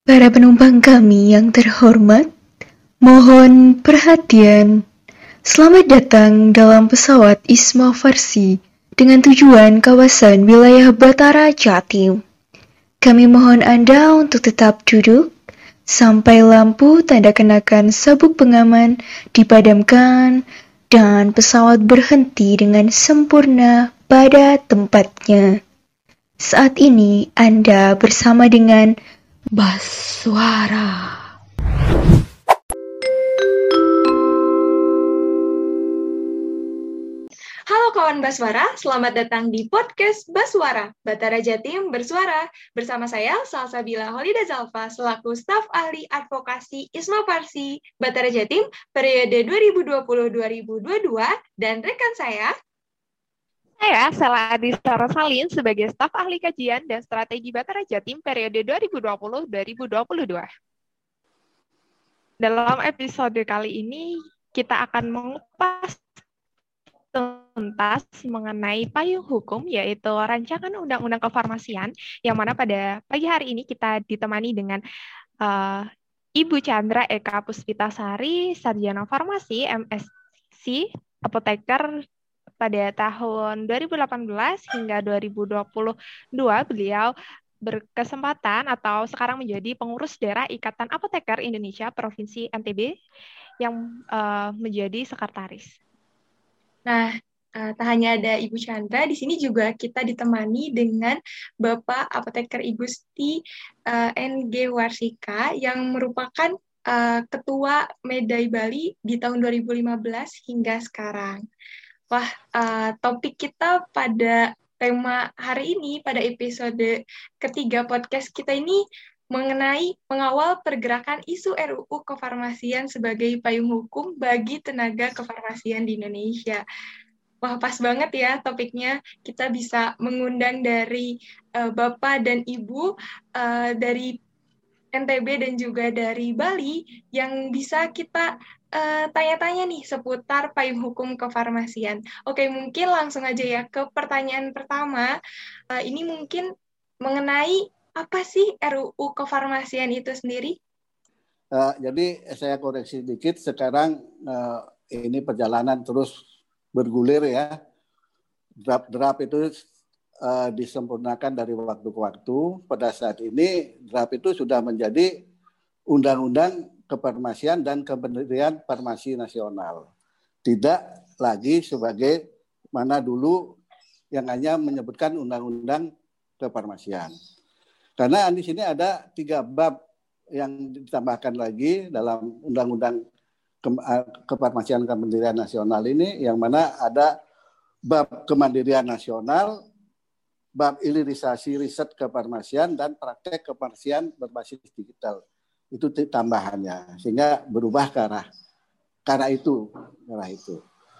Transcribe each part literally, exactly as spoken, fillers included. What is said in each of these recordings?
Para penumpang kami yang terhormat, mohon perhatian. Selamat datang dalam pesawat Isma Farsi dengan tujuan kawasan wilayah Batara, Jatim. Kami mohon Anda untuk tetap duduk sampai lampu tanda kenakan sabuk pengaman dipadamkan dan pesawat berhenti dengan sempurna pada tempatnya. Saat ini Anda bersama dengan Baswara. Halo kawan Baswara, selamat datang di podcast Baswara, Batara Jatim Bersuara. Bersama saya, Salsabila Holida Zalfa, selaku staf ahli advokasi Isma Farsi, Batara Jatim, periode dua ribu dua puluh sampai dua ribu dua puluh dua, dan rekan saya, Saya, Sela Adista Rosalin, sebagai staf ahli kajian dan strategi Batara Jatim, periode dua ribu dua puluh sampai dua ribu dua puluh dua. Dalam episode kali ini, kita akan mengupas tuntas mengenai payung hukum, yaitu rancangan undang-undang kefarmasian, yang mana pada pagi hari ini kita ditemani dengan uh, Ibu Chandra Eka Puspitasari, Sarjana Farmasi, M Sc, apoteker pada tahun dua ribu delapan belas hingga dua ribu dua puluh dua. Beliau berkesempatan atau sekarang menjadi pengurus daerah Ikatan Apoteker Indonesia Provinsi N T B yang uh, menjadi sekretaris. Nah, uh, tak hanya ada Ibu Chandra, di sini juga kita ditemani dengan Bapak Apoteker Igusti uh, N G Warsika yang merupakan uh, Ketua Medai Bali di tahun dua ribu lima belas hingga sekarang. Wah, uh, topik kita pada tema hari ini, pada episode ketiga podcast kita ini, mengenai mengawal pergerakan isu R U U kefarmasian sebagai payung hukum bagi tenaga kefarmasian di Indonesia. Wah, pas banget ya topiknya. Kita bisa mengundang dari uh, Bapak dan Ibu uh, dari N T B dan juga dari Bali yang bisa kita uh, tanya-tanya nih seputar payung hukum kefarmasian. Oke, mungkin langsung aja ya ke pertanyaan pertama. Uh, ini mungkin mengenai apa sih R U U kefarmasian itu sendiri? Uh, jadi saya koreksi dikit, sekarang uh, ini perjalanan terus bergulir ya. Draft-draft itu uh, disempurnakan dari waktu ke waktu. Pada saat ini draft itu sudah menjadi Undang-Undang Kefarmasian dan Kementerian Farmasi Nasional. Tidak lagi sebagai mana dulu yang hanya menyebutkan Undang-Undang Kefarmasian. Karena di sini ada tiga bab yang ditambahkan lagi dalam Undang-Undang Kefarmasian Kementerian Nasional ini, yang mana ada bab kemandirian nasional, bab hilirisasi riset kefarmasian, dan praktek kefarmasian berbasis digital. Itu tambahannya, sehingga berubah ke arah, ke arah itu. Ke arah itu.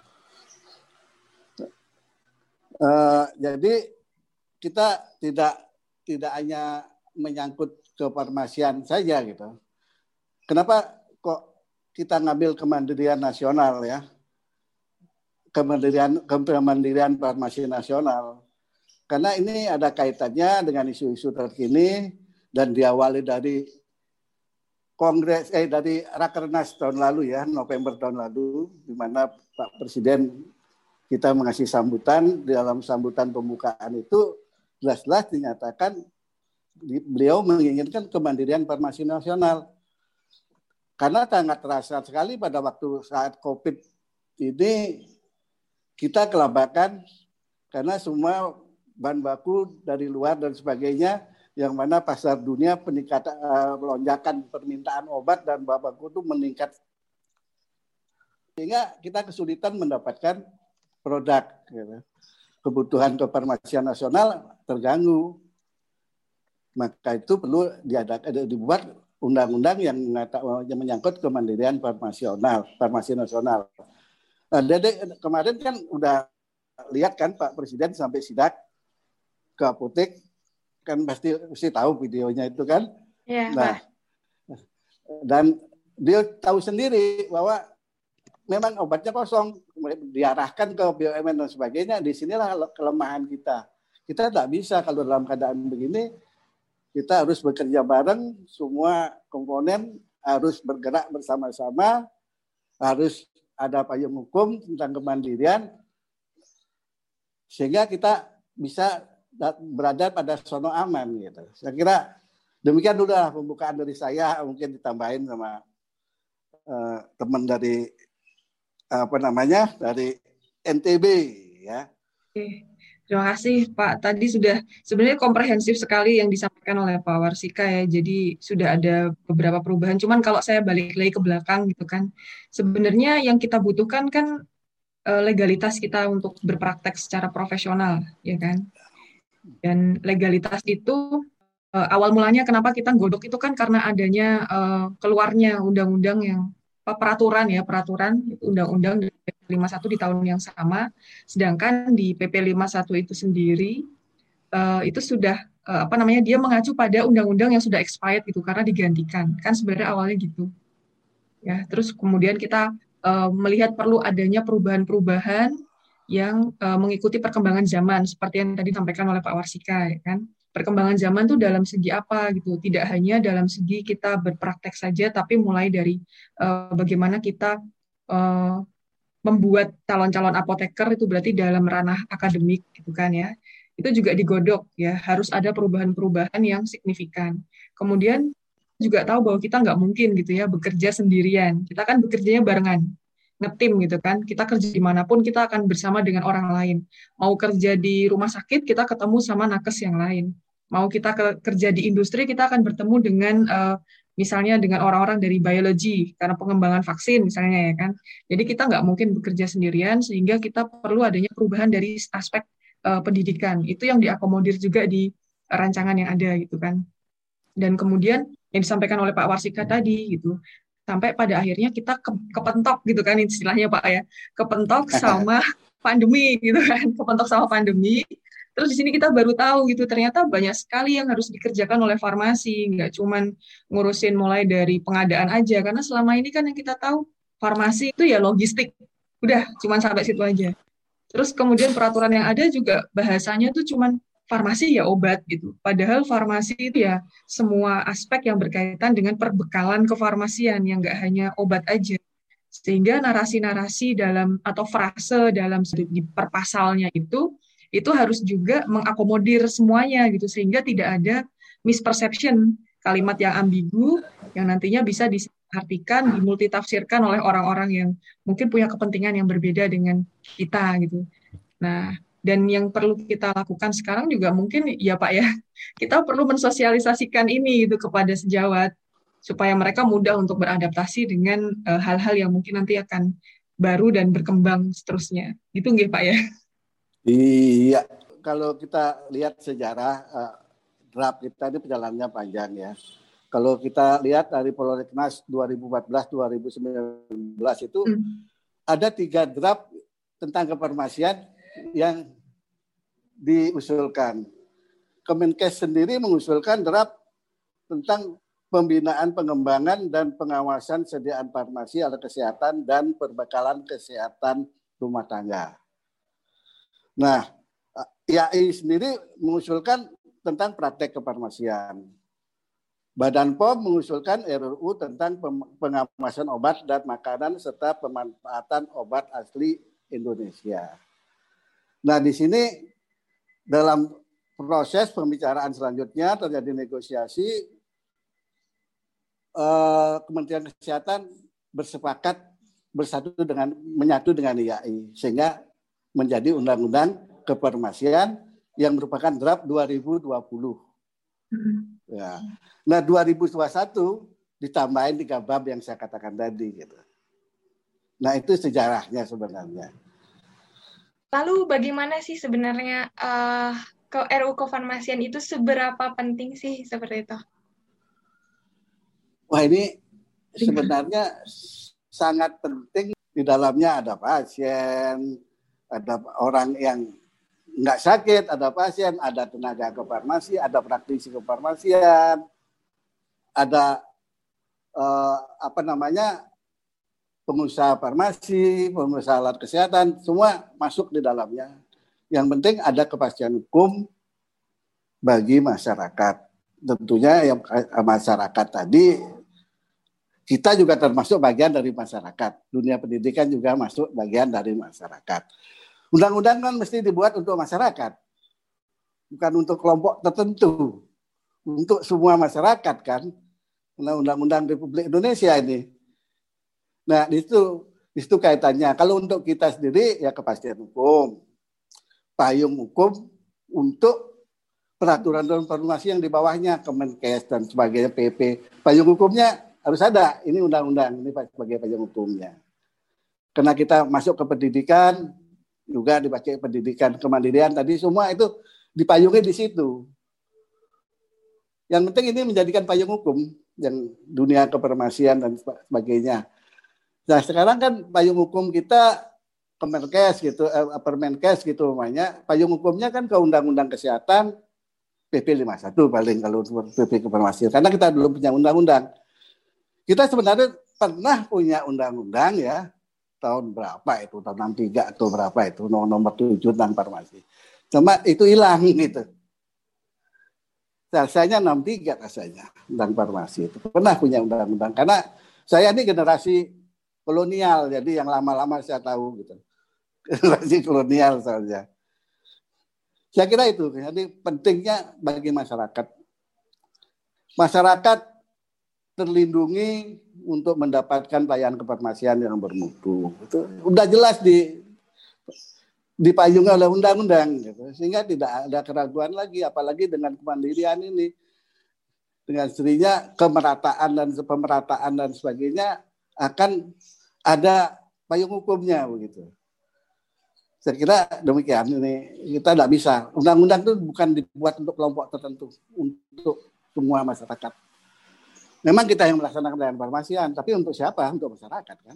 Uh, jadi kita tidak tidak hanya menyangkut kefarmasian saja gitu. Kenapa kok kita ngambil kemandirian nasional ya? Kemandirian kemandirian farmasi nasional. Karena ini ada kaitannya dengan isu-isu terkini dan diawali dari Kongres eh dari Rakernas tahun lalu ya, November tahun lalu, di mana Pak Presiden kita mengasih sambutan. Di dalam sambutan pembukaan itu jelas-jelas dinyatakan beliau menginginkan kemandirian farmasi nasional. Karena sangat terasa sekali pada waktu saat COVID ini kita kelabakan karena semua bahan baku dari luar dan sebagainya, yang mana pasar dunia peningkatan uh, lonjakan permintaan obat dan bahan baku itu meningkat. Sehingga kita kesulitan mendapatkan produk. Gitu. Kebutuhan kefarmasian nasional terganggu. Maka itu perlu diadakan, dibuat undang-undang yang, yang menyangkut kemandirian farmasi nasional, farmasi nasional. Nah, Dede, kemarin kan udah lihat kan Pak Presiden sampai sidak ke apotek, kan pasti pasti tahu videonya itu kan. Ya, nah, Pak. Dan dia tahu sendiri bahwa memang obatnya kosong, diarahkan ke B U M N dan sebagainya. Disinilah kelemahan kita. Kita tak bisa kalau dalam keadaan begini kita harus bekerja bareng, semua komponen harus bergerak bersama-sama, harus ada payung hukum tentang kemandirian, sehingga kita bisa berada pada zona aman gitu. Saya kira demikian dulu lah pembukaan dari saya, mungkin ditambahin sama uh, teman dari apa namanya dari N T B ya. Oke. Terima kasih Pak. Tadi sudah sebenarnya komprehensif sekali yang disampaikan oleh Pak Warsika ya. Jadi sudah ada beberapa perubahan. Cuman kalau saya balik lagi ke belakang gitu kan, sebenarnya yang kita butuhkan kan legalitas kita untuk berpraktek secara profesional, ya kan? Dan legalitas itu awal mulanya kenapa kita godok itu kan karena adanya keluarnya undang-undang yang peraturan ya peraturan undang-undang P P lima puluh satu di tahun yang sama, sedangkan di P P lima puluh satu itu sendiri uh, itu sudah uh, apa namanya dia mengacu pada undang-undang yang sudah expired gitu karena digantikan kan sebenarnya awalnya gitu ya. Terus kemudian kita uh, melihat perlu adanya perubahan-perubahan yang uh, mengikuti perkembangan zaman seperti yang tadi disampaikan oleh Pak Warsika ya kan. Perkembangan zaman tuh dalam segi apa gitu, tidak hanya dalam segi kita berpraktek saja, tapi mulai dari uh, bagaimana kita uh, membuat calon-calon apoteker itu berarti dalam ranah akademik gitu kan ya, itu juga digodok ya, harus ada perubahan-perubahan yang signifikan. Kemudian juga tahu bahwa kita nggak mungkin gitu ya bekerja sendirian, kita kan bekerjanya barengan, ngetim gitu kan, kita kerja dimanapun kita akan bersama dengan orang lain, mau kerja di rumah sakit kita ketemu sama nakes yang lain, mau kita ke, kerja di industri kita akan bertemu dengan uh, misalnya dengan orang-orang dari biologi karena pengembangan vaksin misalnya ya kan, jadi kita nggak mungkin bekerja sendirian sehingga kita perlu adanya perubahan dari aspek uh, pendidikan, itu yang diakomodir juga di rancangan yang ada gitu kan, dan kemudian yang disampaikan oleh Pak Warsika tadi gitu, sampai pada akhirnya kita ke, kepentok gitu kan istilahnya Pak ya, kepentok sama pandemi gitu kan, kepentok sama pandemi. Terus di sini kita baru tahu gitu ternyata banyak sekali yang harus dikerjakan oleh farmasi, nggak cuman ngurusin mulai dari pengadaan aja, karena selama ini kan yang kita tahu farmasi itu ya logistik, udah cuman sampai situ aja. Terus kemudian peraturan yang ada juga bahasanya tuh cuman farmasi ya obat gitu. Padahal farmasi itu ya semua aspek yang berkaitan dengan perbekalan kefarmasian yang nggak hanya obat aja. Sehingga narasi-narasi dalam atau frase dalam di perpasalnya itu itu harus juga mengakomodir semuanya gitu sehingga tidak ada misperception, kalimat yang ambigu yang nantinya bisa diartikan, dimultitafsirkan oleh orang-orang yang mungkin punya kepentingan yang berbeda dengan kita gitu. Nah, dan yang perlu kita lakukan sekarang juga mungkin ya Pak ya, kita perlu mensosialisasikan ini gitu kepada sejawat supaya mereka mudah untuk beradaptasi dengan uh, hal-hal yang mungkin nanti akan baru dan berkembang seterusnya. Gitu nggih Pak ya? Iya, kalau kita lihat sejarah uh, draft kita ini perjalanannya panjang ya. Kalau kita lihat dari Prolegnas dua ribu empat belas dua ribu sembilan belas itu hmm. ada tiga draft tentang kefarmasian yang diusulkan. Kemenkes sendiri mengusulkan draft tentang pembinaan, pengembangan, dan pengawasan sediaan farmasi, alat kesehatan, dan perbekalan kesehatan rumah tangga. Nah, I A I sendiri mengusulkan tentang praktek kefarmasian. Badan P O M mengusulkan R U U tentang pengawasan obat dan makanan serta pemanfaatan obat asli Indonesia. Nah, di sini dalam proses pembicaraan selanjutnya terjadi negosiasi, eh, Kementerian Kesehatan bersepakat bersatu dengan menyatu dengan I A I sehingga menjadi Undang-Undang Kefarmasian yang merupakan draft dua ribu dua puluh. Ya. Nah, dua ribu dua puluh satu ditambahin tiga bab yang saya katakan tadi gitu. Nah, itu sejarahnya sebenarnya. Lalu bagaimana sih sebenarnya uh, ke R U U kefarmasian itu seberapa penting sih seperti itu? Wah, ini sebenarnya sangat penting. Di dalamnya ada pasien, ada orang yang nggak sakit, ada pasien, ada tenaga kefarmasi, ada praktisi kefarmasian, ada uh, apa namanya pengusaha farmasi, pengusaha alat kesehatan, semua masuk di dalamnya. Yang penting ada kepastian hukum bagi masyarakat. tentunya yang masyarakat tadi, kita juga termasuk bagian dari masyarakat. Dunia pendidikan juga masuk bagian dari masyarakat. Undang-undang kan mesti dibuat untuk masyarakat, bukan untuk kelompok tertentu, untuk semua masyarakat kan. Undang-undang Republik Indonesia ini. Nah, di situ, di situ kaitannya. Kalau untuk kita sendiri ya kepastian hukum, payung hukum untuk peraturan dan informasi yang di bawahnya, Kemenkes dan sebagainya, P P. Payung hukumnya harus ada. Ini undang-undang, ini sebagai payung hukumnya. Karena kita masuk ke pendidikan, juga dipakai pendidikan kemandirian tadi, semua itu dipayungi di situ. Yang penting ini menjadikan payung hukum yang dunia kefarmasian dan sebagainya. Nah sekarang kan payung hukum kita Kemenkes gitu, eh, Permenkes gitu namanya. Payung hukumnya kan ke Undang-Undang Kesehatan P P lima puluh satu paling kalau P P kefarmasian. Karena kita belum punya undang-undang. Kita sebenarnya pernah punya undang-undang ya. Tahun berapa itu, tahun enam puluh tiga atau berapa itu, nomor tujuh tentang farmasi. Cuma itu hilang gitu. Rasanya enam puluh tiga rasanya tentang farmasi itu. Pernah punya undang-undang. Karena saya ini generasi kolonial, jadi yang lama-lama saya tahu gitu. Generasi kolonial saja. Saya kira itu, jadi pentingnya bagi masyarakat. Masyarakat terlindungi untuk mendapatkan pelayanan kefarmasian yang bermutu. Itu udah jelas di dipayungi oleh undang-undang gitu. Sehingga tidak ada keraguan lagi, apalagi dengan kemandirian ini. Dengan sendirinya kemerataan dan pemerataan dan sebagainya akan ada payung hukumnya begitu. Saya kira demikian, ini kita tidak bisa. Undang-undang itu bukan dibuat untuk kelompok tertentu, untuk semua masyarakat. Memang kita yang melaksanakan pelayanan kefarmasian, tapi untuk siapa? Untuk masyarakat kan.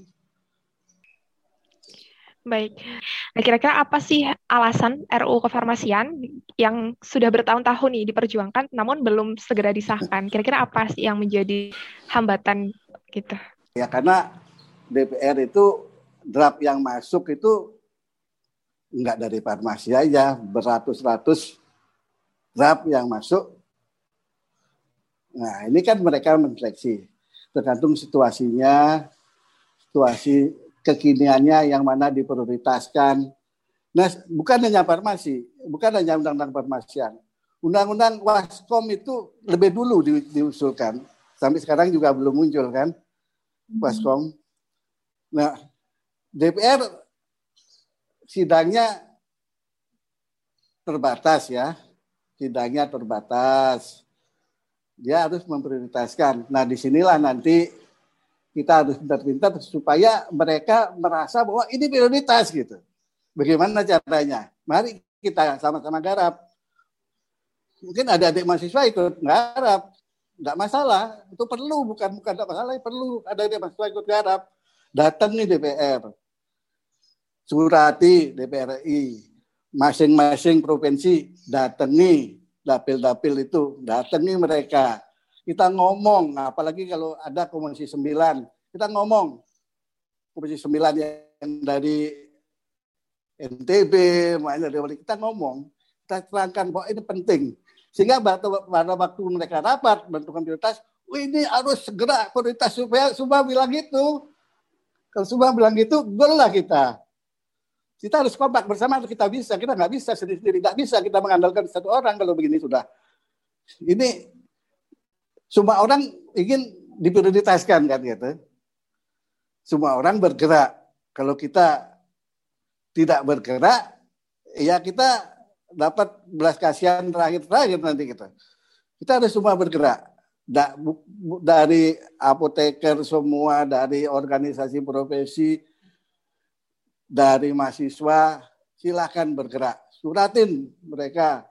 Baik. Nah, kira-kira apa sih alasan R U kefarmasian yang sudah bertahun-tahun nih diperjuangkan, namun belum segera disahkan? Kira-kira apa sih yang menjadi hambatan gitu? Ya karena D P R itu draft yang masuk itu enggak dari farmasi aja, beratus-ratus draft yang masuk. Nah, ini kan mereka menseleksi. Tergantung situasinya, situasi kekiniannya yang mana diprioritaskan. Nah, bukan hanya farmasi, bukan hanya undang-undang farmasian. Undang-undang Waskom itu lebih dulu di, diusulkan. Sampai sekarang juga belum muncul kan, Waskom. Nah, D P R sidangnya terbatas ya. Sidangnya terbatas. Dia harus memprioritaskan. Nah, disinilah nanti kita harus pintar-pintar supaya mereka merasa bahwa ini prioritas gitu. Bagaimana caranya? Mari kita sama-sama garap. Mungkin ada adik mahasiswa ikut garap, nggak masalah. Itu perlu, bukan bukan nggak masalah, perlu ada adik mahasiswa ikut garap. Datang nih D P R, surati D P R R I, masing-masing provinsi datangi dapil-dapil itu, datangi mereka. Kita ngomong, apalagi kalau ada Komisi sembilan, kita ngomong. Komisi sembilan yang dari N T B, kita ngomong, kita terangkan bahwa ini penting. Sehingga pada waktu mereka rapat, menentukan prioritas, oh ini harus segera prioritas supaya semua bilang gitu. Kalau semua bilang gitu, gol lah kita. Kita harus kompak bersama, kita bisa. Kita nggak bisa sendiri-sendiri. Nggak bisa kita mengandalkan satu orang kalau begini sudah. Ini semua orang ingin diprioritaskan kan gitu. Semua orang bergerak. Kalau kita tidak bergerak, ya kita dapat belas kasihan terakhir-terakhir nanti kita. Kita harus semua bergerak. Dari apoteker semua, dari organisasi profesi, dari mahasiswa, silakan bergerak. Suratin mereka.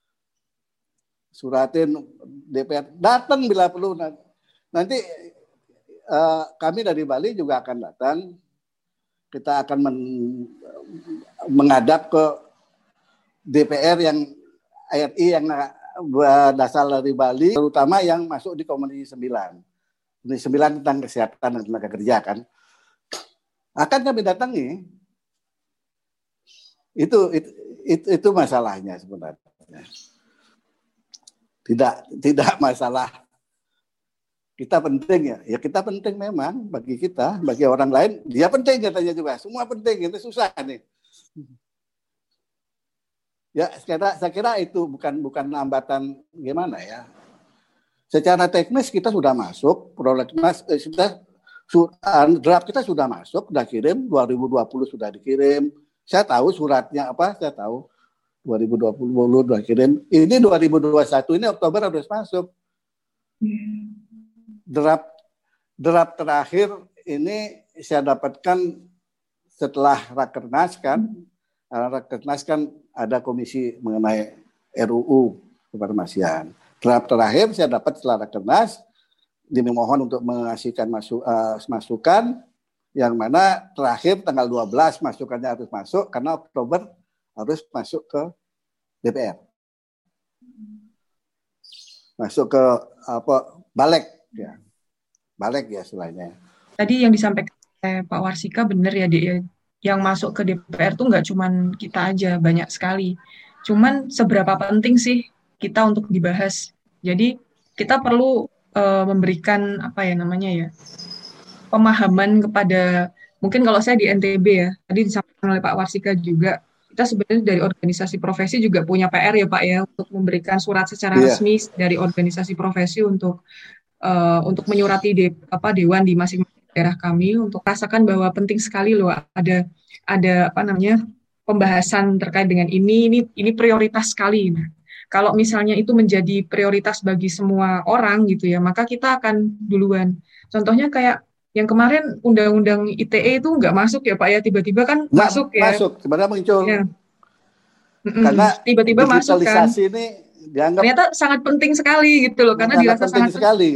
Suratin D P R. Datang bila perlu. Nanti eh, kami dari Bali juga akan datang. Kita akan men, menghadap ke D P R yang R I yang berasal dari Bali, terutama yang masuk di Komisi sembilan. Komisi sembilan tentang kesehatan dan tenaga kerja kan. Akan kami datangi. Itu, itu itu itu masalahnya sebenarnya. tidak tidak masalah. Kita penting ya, ya kita penting memang bagi kita, bagi orang lain dia penting katanya juga, semua penting, itu susah nih. Ya, saya kira, saya kira itu bukan bukan hambatan gimana ya. Secara teknis kita sudah masuk, prolegnas eh, sudah draft kita sudah masuk, sudah kirim, dua ribu dua puluh sudah dikirim. Saya tahu suratnya apa, saya tahu dua ribu dua puluh sudah kirim. Ini dua ribu dua puluh satu ini Oktober harus masuk. Draft draft terakhir ini saya dapatkan setelah Rakernas kan, Rakernas kan ada komisi mengenai R U U kefarmasian. Draft terakhir saya dapat setelah Rakernas, dimohon untuk mengasihkan masuk, uh, masukan, yang mana terakhir tanggal dua belas masukannya harus masuk karena Oktober harus masuk ke D P R, masuk ke apa balik ya, balik ya istilahnya. Tadi yang disampaikan oleh Pak Warsika benar ya, dia yang masuk ke D P R tuh nggak cuman kita aja, banyak sekali. Cuman seberapa penting sih kita untuk dibahas? Jadi kita perlu uh, memberikan apa ya namanya ya, pemahaman kepada, mungkin kalau saya di N T B ya, tadi disampaikan oleh Pak Warsika juga, kita sebenarnya dari organisasi profesi juga punya P R ya Pak ya, untuk memberikan surat secara yeah. resmi dari organisasi profesi untuk uh, untuk menyurati de, apa dewan di masing-masing daerah kami untuk rasakan bahwa penting sekali loh ada ada apa namanya pembahasan terkait dengan ini ini ini prioritas sekali. Nah, kalau misalnya itu menjadi prioritas bagi semua orang gitu ya, maka kita akan duluan. Contohnya kayak yang kemarin undang-undang I T E itu nggak masuk ya Pak ya, tiba-tiba kan nggak, masuk ya. Masuk, sebenarnya muncul. Ya. Karena tiba-tiba masuk kan. Ini dianggap ternyata sangat penting sekali gitu loh, karena dirasa sangat sekali.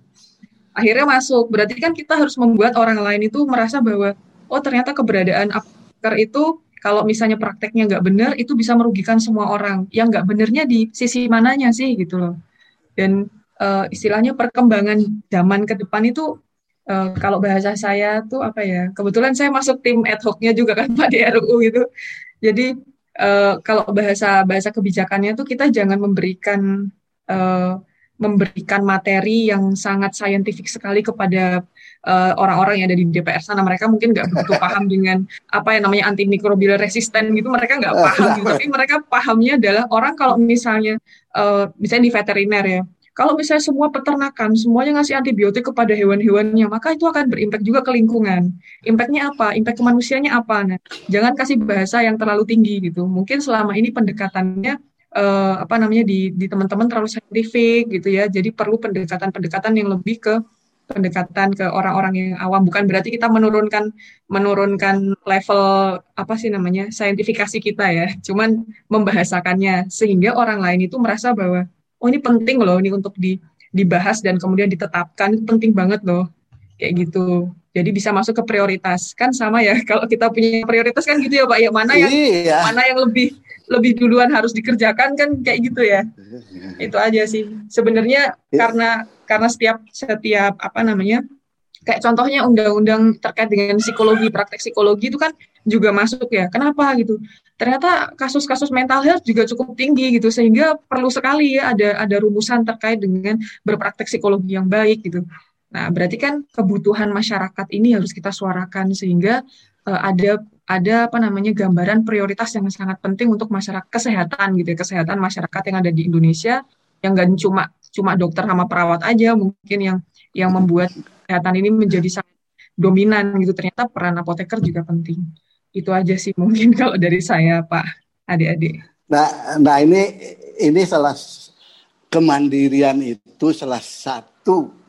Akhirnya masuk. Berarti kan kita harus membuat orang lain itu merasa bahwa oh ternyata keberadaan apoteker itu kalau misalnya prakteknya nggak benar itu bisa merugikan semua orang. Yang nggak benernya di sisi mananya sih gitu loh. Dan uh, istilahnya perkembangan zaman ke depan itu uh, kalau bahasa saya tuh apa ya, kebetulan saya masuk tim ad hoc-nya juga kan Pak di R U U gitu. Jadi uh, kalau bahasa bahasa kebijakannya tuh kita jangan memberikan uh, memberikan materi yang sangat saintifik sekali kepada uh, orang-orang yang ada di D P R sana. Mereka mungkin nggak begitu paham dengan apa yang namanya antimikrobial resisten gitu, mereka nggak paham gitu. Tapi mereka pahamnya adalah orang kalau misalnya uh, misalnya di veteriner ya, kalau misalnya semua peternakan semuanya ngasih antibiotik kepada hewan-hewannya, maka itu akan berimpact juga ke lingkungan. Impactnya apa? Impact ke manusianya apa? Nah, jangan kasih bahasa yang terlalu tinggi gitu. Mungkin selama ini pendekatannya Uh, apa namanya di, di teman-teman terlalu saintifik gitu ya, jadi perlu pendekatan-pendekatan yang lebih ke pendekatan ke orang-orang yang awam. Bukan berarti kita menurunkan menurunkan level apa sih namanya saintifikasi kita ya, cuman membahasakannya sehingga orang lain itu merasa bahwa oh ini penting loh ini untuk di, dibahas dan kemudian ditetapkan, itu penting banget loh kayak gitu. Jadi bisa masuk ke prioritas kan, sama ya kalau kita punya prioritas kan gitu ya Pak ya, mana yang iya. mana yang lebih lebih duluan harus dikerjakan kan kayak gitu ya. Itu aja sih sebenarnya ya. karena karena setiap setiap apa namanya kayak contohnya undang-undang terkait dengan psikologi, praktek psikologi itu kan juga masuk ya. Kenapa gitu? Ternyata kasus-kasus mental health juga cukup tinggi gitu, sehingga perlu sekali ya ada ada rumusan terkait dengan berpraktek psikologi yang baik gitu. Nah, berarti kan kebutuhan masyarakat ini harus kita suarakan sehingga uh, ada ada apa namanya gambaran prioritas yang sangat penting untuk masyarakat kesehatan gitu ya, kesehatan masyarakat yang ada di Indonesia, yang nggak cuma cuma dokter sama perawat aja mungkin yang yang membuat kesehatan ini menjadi sangat dominan gitu. Ternyata peran apoteker juga penting. Itu aja sih mungkin kalau dari saya Pak, adik-adik. Nah, nah ini ini salah kemandirian itu salah satu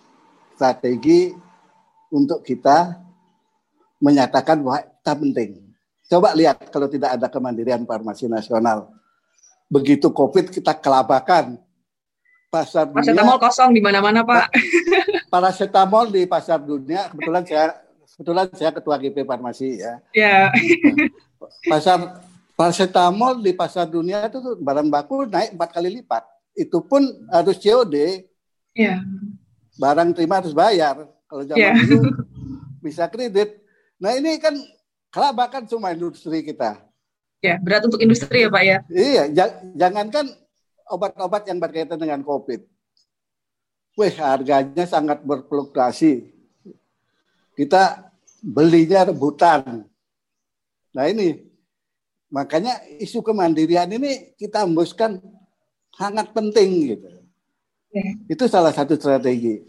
strategi untuk kita menyatakan bahwa kita penting. Coba lihat kalau tidak ada kemandirian farmasi nasional. Begitu COVID kita kelabakan. Pasar dunia. Paracetamol kosong di mana-mana Pak. Paracetamol di pasar dunia. Kebetulan saya kebetulan saya ketua G P Farmasi ya. Ya. Pasar paracetamol di pasar dunia itu tuh barang baku naik empat kali lipat. Itu pun harus C O D. Ya. Barang terima harus bayar. Kalau zaman yeah. dulu bisa kredit. Nah ini kan kelabakan semua industri kita. Ya, berat untuk industri ya Pak ya. Iya, j- jangankan obat-obat yang berkaitan dengan COVID. Wih, harganya sangat berfluktuasi. Kita belinya rebutan. Nah ini, makanya isu kemandirian ini kita hembuskan sangat penting gitu. Ya. Itu salah satu strategi.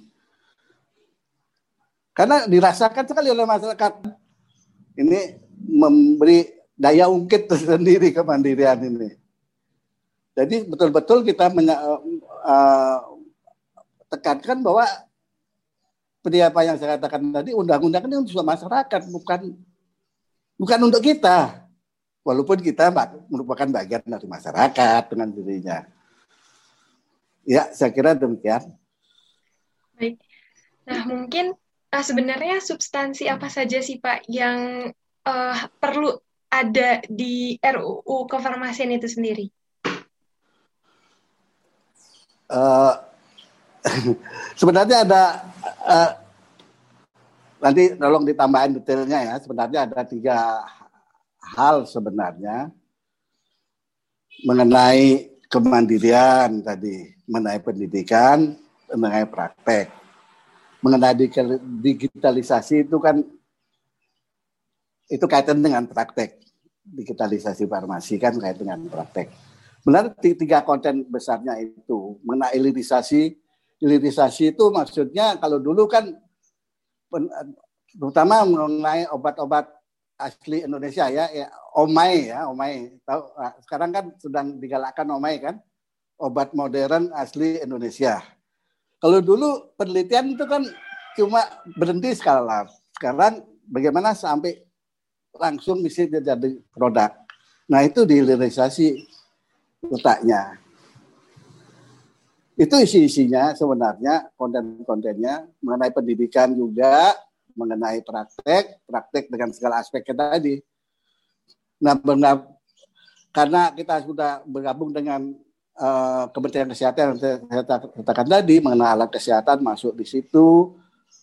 Karena dirasakan sekali oleh masyarakat. Ini memberi daya ungkit tersendiri kemandirian ini. Jadi betul-betul kita menya- uh, tekankan bahwa seperti apa yang saya katakan tadi, undang-undang ini untuk masyarakat, bukan bukan untuk kita. Walaupun kita merupakan bagian dari masyarakat dengan dirinya. Ya, saya kira demikian. Baik. Nah, mungkin uh, sebenarnya substansi apa saja sih Pak yang uh, perlu ada di R U U kefarmasian itu sendiri? Uh, sebenarnya ada uh, nanti tolong ditambahin detailnya ya. Sebenarnya ada tiga hal sebenarnya mengenai kemandirian tadi, mengenai pendidikan, mengenai praktek, mengenai digitalisasi itu kan itu kaitan dengan praktek. Digitalisasi farmasi kan kaitan dengan praktek. Benar tiga konten besarnya itu mengenai hilirisasi. Hilirisasi itu maksudnya kalau dulu kan terutama mengenai obat-obat asli Indonesia ya, ya Omai ya, Omai. Tahu sekarang kan sedang digalakkan Omai kan, obat modern asli Indonesia. Kalau dulu penelitian itu kan cuma berhenti skala. Sekarang bagaimana sampai langsung bisa jadi produk. Nah, itu dihilirisasi letaknya. Itu isi-isinya sebenarnya, konten-kontennya mengenai pendidikan juga, mengenai praktek, praktek dengan segala aspeknya tadi. Nah, benar karena kita sudah bergabung dengan uh, Kementerian Kesehatan yang saya katakan tadi, mengenai alat kesehatan masuk di situ,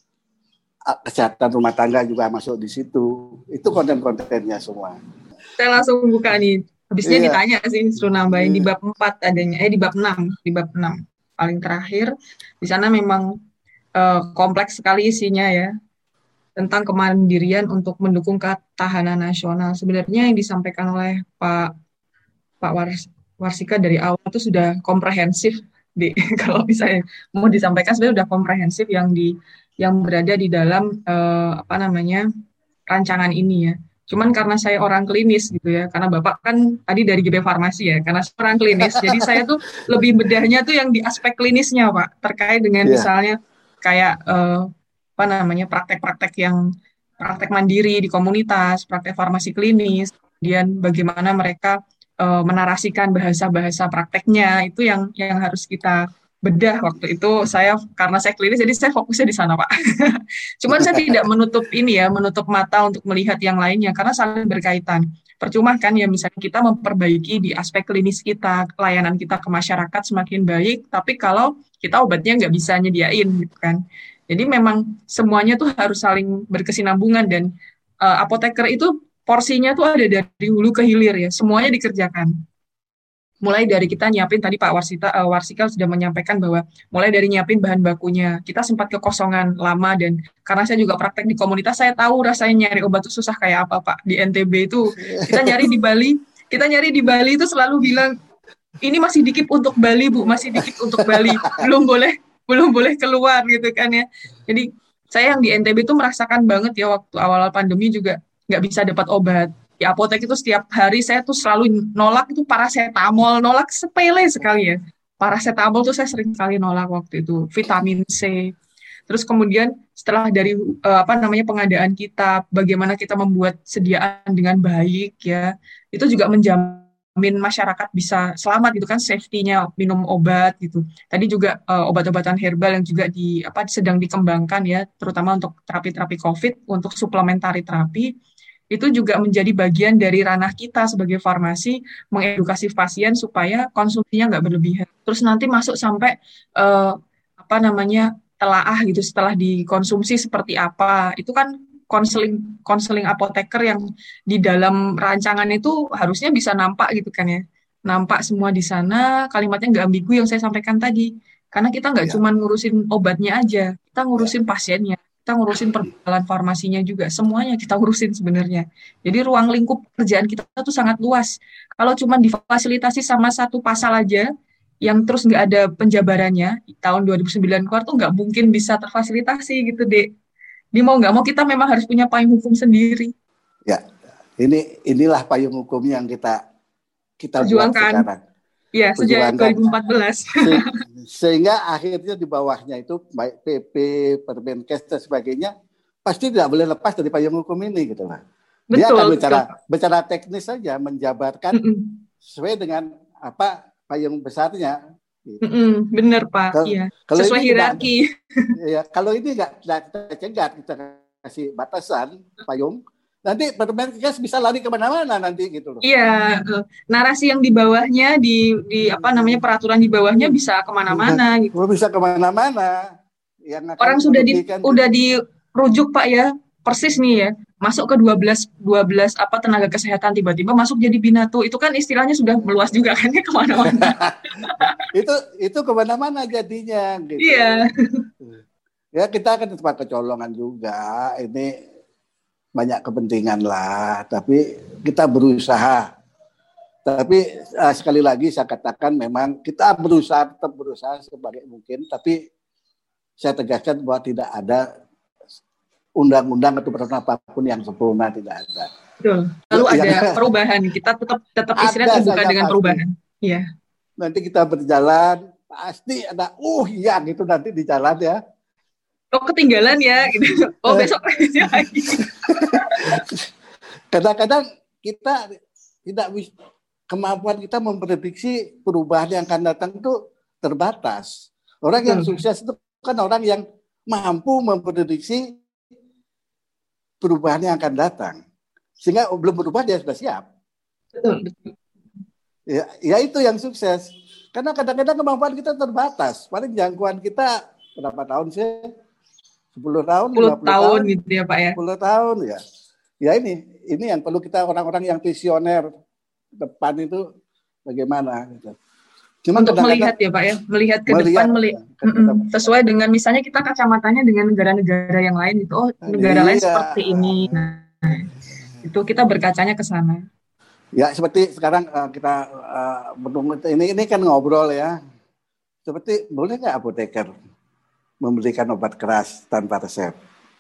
kesehatan rumah tangga juga masuk di situ. Itu konten-kontennya semua. Saya langsung buka nih. Habisnya iya. ditanya sih, suruh nambahin iya. Di bab empat adanya, eh di bab enam, di bab enam. Paling terakhir, di sana memang uh, kompleks sekali isinya ya, tentang kemandirian untuk mendukung ketahanan nasional. Sebenarnya yang disampaikan oleh Pak Pak Wars, Warsika dari awal itu sudah komprehensif, di, kalau misalnya mau disampaikan sebenarnya sudah komprehensif yang di yang berada di dalam uh, apa namanya rancangan ini ya. Cuman karena saya orang klinis gitu ya, karena Bapak kan tadi dari G B Farmasi ya, karena saya orang klinis, jadi saya tuh lebih bedahnya tuh yang di aspek klinisnya Pak, terkait dengan yeah. misalnya kayak uh, apa namanya praktek-praktek yang praktek mandiri di komunitas, praktek farmasi klinis, kemudian bagaimana mereka uh, menarasikan bahasa-bahasa prakteknya, itu yang yang harus kita bedah waktu itu. Saya karena saya klinis jadi saya fokusnya di sana Pak. Cuman saya tidak menutup ini ya, menutup mata untuk melihat yang lainnya karena saling berkaitan. Percuma kan ya misalnya kita memperbaiki di aspek klinis kita, layanan kita ke masyarakat semakin baik, tapi kalau kita obatnya nggak bisa nyediain gitu kan. Jadi memang semuanya tuh harus saling berkesinambungan dan uh, apoteker itu porsinya tuh ada dari hulu ke hilir ya, semuanya dikerjakan. Mulai dari kita nyiapin, tadi Pak Warsita, uh, Warsika sudah menyampaikan bahwa mulai dari nyiapin bahan bakunya, kita sempat kekosongan lama dan karena saya juga praktek di komunitas, saya tahu rasanya nyari obat itu susah kayak apa Pak. Di N T B itu, kita nyari di Bali, kita nyari di Bali itu selalu bilang, ini masih dikit untuk Bali Bu, masih dikit untuk Bali, belum boleh, belum boleh keluar gitu kan ya. Jadi saya yang di N T B itu merasakan banget ya waktu awal-awal pandemi juga nggak bisa dapat obat. Di apotek itu setiap hari saya tuh selalu nolak itu paracetamol, nolak sepele sekali ya. Paracetamol tuh saya sering sekali nolak waktu itu, vitamin C. Terus kemudian setelah dari uh, apa namanya pengadaan kita, bagaimana kita membuat sediaan dengan baik ya, itu juga menjamin masyarakat bisa selamat gitu kan, safety-nya minum obat gitu. Tadi juga uh, obat-obatan herbal yang juga di apa sedang dikembangkan ya, terutama untuk terapi-terapi COVID, untuk suplementari terapi. Itu juga menjadi bagian dari ranah kita sebagai farmasi mengedukasi pasien supaya konsumsinya nggak berlebihan. Terus nanti masuk sampai uh, apa namanya telaah gitu setelah dikonsumsi seperti apa. Itu kan konseling konseling apoteker yang di dalam rancangan itu harusnya bisa nampak gitu kan ya. nampak semua di sana, kalimatnya nggak ambigu yang saya sampaikan tadi. Karena kita nggak Ya, cuma ngurusin obatnya aja, kita ya, ngurusin pasiennya, kita ngurusin persoalan farmasinya juga, semuanya kita urusin sebenarnya. Jadi ruang lingkup pekerjaan kita tuh sangat luas. Kalau cuma difasilitasi sama satu pasal aja, yang terus nggak ada penjabarannya, di tahun dua ribu sembilan keluar tuh nggak mungkin bisa terfasilitasi gitu, Dek. Di mau nggak mau kita memang harus punya payung hukum sendiri. ya. Ini inilah payung hukum yang kita kita buat Perjuangkan. sekarang. Ya, sejak Perjuangkan. dua ribu empat belas. Se- sehingga akhirnya di bawahnya itu baik P P, Permenkes dan sebagainya pasti tidak boleh lepas dari payung hukum ini gitu lah. Dia akan Betul, bicara betul. bicara teknis saja, menjabarkan Mm-mm. sesuai dengan apa payung besarnya. Gitu. Mm-mm. Bener, Pak. Kalau, Iya. kalau Sesuai ini tidak, hierarki. ya, kalau ini nggak kita kita cegat, kita kasih batasan payung, nanti Permenkes bisa lari kemana-mana nanti gitu loh. Iya, eh, narasi yang di bawahnya di di apa namanya peraturan di bawahnya bisa kemana-mana gitu. Belum bisa kemana-mana. Yang akan Orang sudah di merugikan udah kita. dirujuk, Pak, ya. Persis nih ya. Masuk ke dua belas dua belas apa tenaga kesehatan tiba-tiba masuk jadi binatu. Itu kan istilahnya sudah meluas juga kan ya kemana-mana. itu itu kemana-mana jadinya gitu. Iya. Ya kita akan tempat kecolongan juga. Ini banyak kepentingan lah. Tapi kita berusaha. Tapi uh, sekali lagi saya katakan memang kita berusaha tetap berusaha sebagai mungkin. Tapi saya tegaskan bahwa tidak ada undang-undang atau peraturan apapun yang sempurna, tidak ada. Betul. Lalu Ya, ada yang- perubahan. Kita tetap tetap Ada istilahnya terbuka saja dengan pasti. perubahan. Iya. Nanti kita berjalan pasti ada uh ya gitu nanti di jalan ya. Oh, ketinggalan ya gitu. Oh, besok revisi lagi. Kadang-kadang kita tidak bisa, kemampuan kita memprediksi perubahan yang akan datang itu terbatas. Orang yang Betul. sukses itu kan orang yang mampu memprediksi perubahan yang akan datang. Sehingga belum berubah dia sudah siap. Betul. Ya, ya itu yang sukses. Karena kadang-kadang kemampuan kita terbatas. Paling jangkauan kita berapa tahun sih? sepuluh tahun, sepuluh lima puluh tahun tahun, gitu ya, Pak ya. sepuluh tahun ya. Ya ini, ini yang perlu kita orang-orang yang visioner depan itu bagaimana gitu. Cuma Untuk kadang-kadang melihat ya, Pak ya, melihat ke melihat, depan, meli- ke depan. Mm-mm. sesuai dengan misalnya kita kacamatanya dengan negara-negara yang lain gitu. Oh, negara lain Iya. seperti ini. Nah, itu kita berkacanya ke sana. Ya seperti sekarang uh, kita uh, menunggu ini ini kan ngobrol ya. Seperti boleh nggak apoteker memberikan obat keras tanpa resep?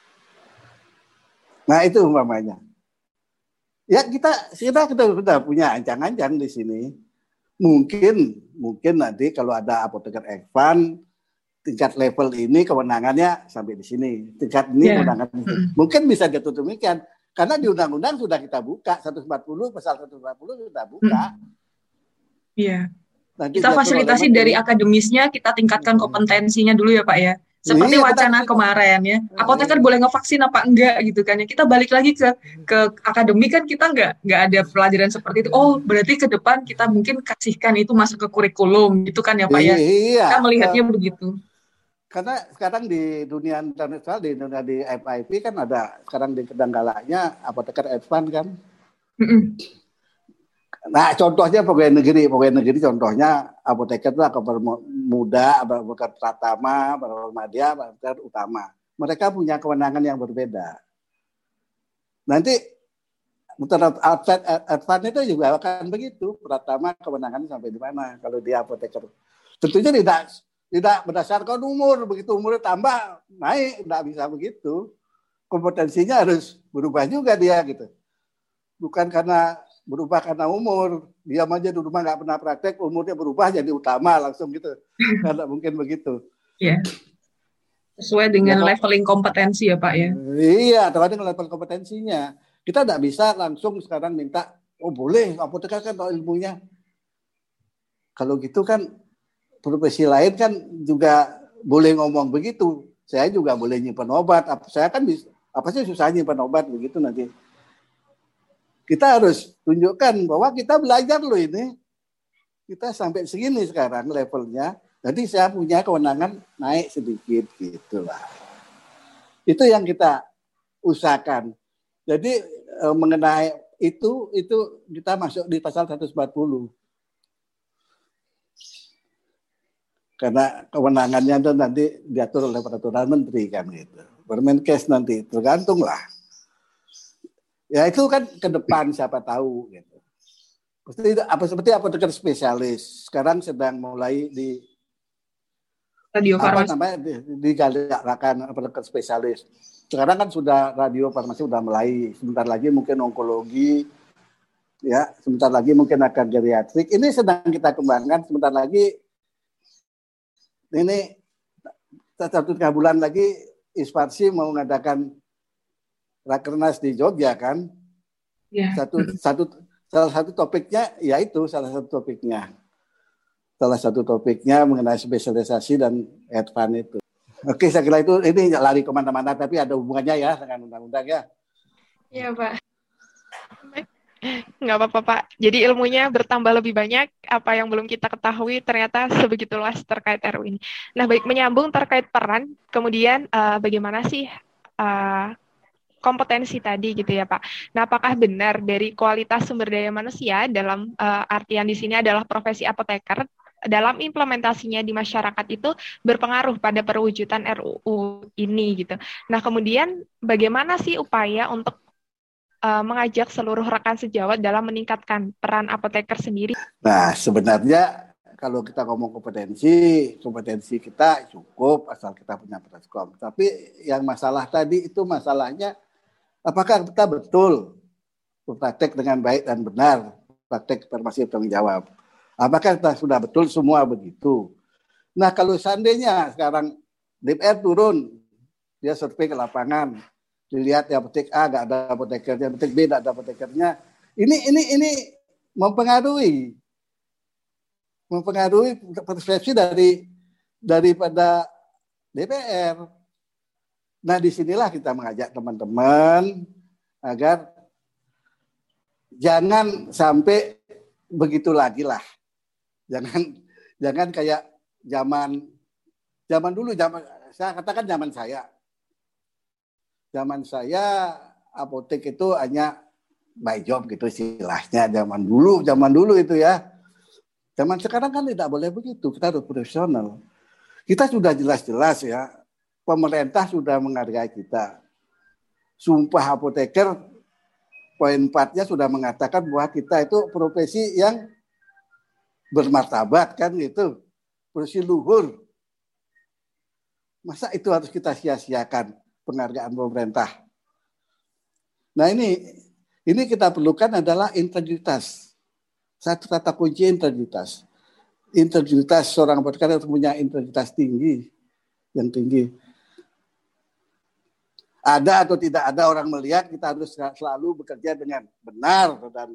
Nah itu umpamanya. Ya kita kita kita sudah punya ancang-ancang di sini. Mungkin mungkin nanti kalau ada apoteker Ekvan tingkat level ini kewenangannya sampai di sini. Tingkat ini Ya. kewenangan Mm-mm. mungkin bisa diatur demikian. Karena di undang-undang sudah kita buka seratus empat puluh pasal seratus empat puluh sudah buka. Iya. Nanti Kita diatur oleh fasilitasi menteri. dari akademisnya, kita tingkatkan kompetensinya dulu ya, Pak ya. Seperti Iya, wacana kita- kemarin ya. Apoteker Iya. boleh ngevaksin apa enggak gitu kan ya. Kita balik lagi ke ke akademik kan kita enggak enggak ada pelajaran seperti itu. Oh, berarti ke depan kita mungkin kasihkan itu masuk ke kurikulum gitu kan ya, Pak ya. Iya. Kita melihatnya eh, begitu. Karena sekarang di dunia internasional, di dunia di F I P kan ada sekarang di Kedanggalanya apoteker Advan kan. Mm-mm. Nah contohnya pegawai negeri, pegawai negeri contohnya apoteker itu apoteker muda, apoteker pratama, apoteker madya, apoteker utama. Mereka punya kewenangan yang berbeda. Nanti outside Advan itu juga akan begitu. Pratama kewenangannya sampai di mana kalau dia apoteker. Tentunya tidak tidak berdasarkan umur, begitu umurnya tambah naik, tidak bisa begitu. Kompetensinya harus berubah juga dia gitu. Bukan karena berubah karena umur, dia aja di rumah nggak pernah praktek, umurnya berubah jadi utama langsung gitu. Karena mungkin begitu. Iya. Sesuai dengan Ya, leveling kompetensi ya, Pak ya. Iya, tergantung level kompetensinya. Kita tidak bisa langsung sekarang minta, oh boleh, apoteker kan tahu ilmunya. Kalau gitu kan profesi lain kan juga boleh ngomong begitu. Saya juga boleh nyimpan obat. Saya kan bisa, apa sih susah nyimpan obat begitu nanti. Kita harus tunjukkan bahwa kita belajar loh ini. Kita sampai segini sekarang levelnya. Jadi saya punya kewenangan naik sedikit gitulah. Itu yang kita usahakan. Jadi e, mengenai itu itu kita masuk di pasal seratus empat puluh. Karena kewenangannya itu nanti diatur oleh peraturan menteri kan gitu. Permenkes nanti tergantung lah. Ya itu kan ke depan siapa tahu gitu. Seperti apa seperti apoteker spesialis sekarang sedang mulai di Radio apa farmasi. namanya digalakan apoteker spesialis. Sekarang kan sudah radio farmasi sudah mulai, sebentar lagi mungkin onkologi, ya sebentar lagi mungkin akan geriatrik. Ini sedang kita kembangkan. Sebentar lagi ini satu tiga bulan lagi Isparsi mau mengadakan rakernas di Jogja kan. Ya. Satu satu salah satu topiknya yaitu salah satu topiknya salah satu topiknya mengenai spesialisasi dan advance itu. Oke, saya kira itu ini lari kemana-mana tapi ada hubungannya ya dengan undang-undang ya. Iya Pak. Nggak apa-apa Pak. Jadi ilmunya bertambah lebih banyak. Apa yang belum kita ketahui ternyata sebegitu luas terkait R U ini. Nah, baik menyambung terkait peran. Kemudian uh, bagaimana sih uh, kompetensi tadi gitu ya Pak. Nah, apakah benar dari kualitas sumber daya manusia dalam uh, artian di sini adalah profesi apoteker dalam implementasinya di masyarakat itu berpengaruh pada perwujudan R U U ini gitu. Nah, kemudian bagaimana sih upaya untuk uh, mengajak seluruh rekan sejawat dalam meningkatkan peran apoteker sendiri? Nah, sebenarnya kalau kita ngomong kompetensi, kompetensi kita cukup asal kita punya preskom. Tapi yang masalah tadi itu masalahnya apakah kita betul berpraktek dengan baik dan benar, praktek farmasi bertanggung jawab. Apakah kita sudah betul semua begitu? Nah, kalau seandainya sekarang D P R turun, dia survei ke lapangan, dilihat ya apotek A nggak ada apotekernya, apotek B nggak ada apotekernya. Ini ini ini mempengaruhi, mempengaruhi persepsi dari daripada D P R. Nah, disinilah kita mengajak teman-teman agar jangan sampai begitu lagi lah. Jangan jangan kayak zaman zaman dulu, zaman saya katakan zaman saya. Zaman saya apotek itu hanya by job gitu istilahnya zaman dulu, zaman dulu itu ya. Zaman sekarang kan tidak boleh begitu, kita harus profesional. Kita sudah jelas-jelas ya, pemerintah sudah menghargai kita. Sumpah apoteker poin empatnya sudah mengatakan bahwa kita itu profesi yang bermartabat kan gitu, profesi luhur. Masa itu harus kita sia-siakan penghargaan pemerintah? Nah ini ini kita perlukan adalah integritas. Satu kata kunci integritas. Integritas seorang apoteker harus punya integritas tinggi, yang tinggi. Ada atau tidak ada orang melihat, kita harus selalu bekerja dengan benar dan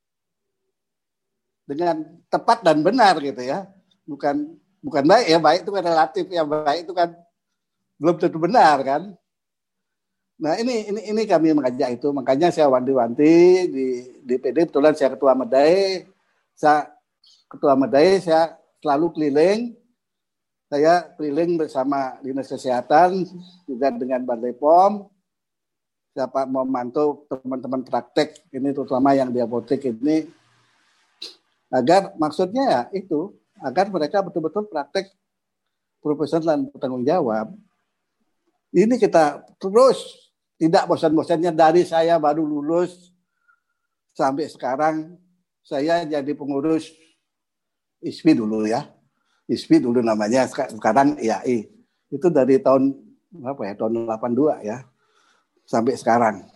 dengan tepat dan benar gitu ya. Bukan bukan baik ya, baik itu kan relatif ya, baik itu kan belum tentu benar kan. Nah ini ini ini kami mengajak itu, makanya saya wanti-wanti di di P D, kebetulan saya ketua Medai, saya ketua Medai, saya selalu keliling, saya keliling bersama Dinas Kesehatan juga dengan Balai P O M, siapa mau memantau teman-teman praktek ini terutama yang di apotek ini, agar maksudnya ya itu, agar mereka betul-betul praktek profesional dan bertanggung jawab. Ini kita terus tidak bosan-bosannya dari saya baru lulus sampai sekarang. Saya jadi pengurus I S P I dulu ya. I S P I dulu namanya, sekarang I A I. Itu dari tahun apa ya? Tahun delapan puluh dua ya. Sampai sekarang.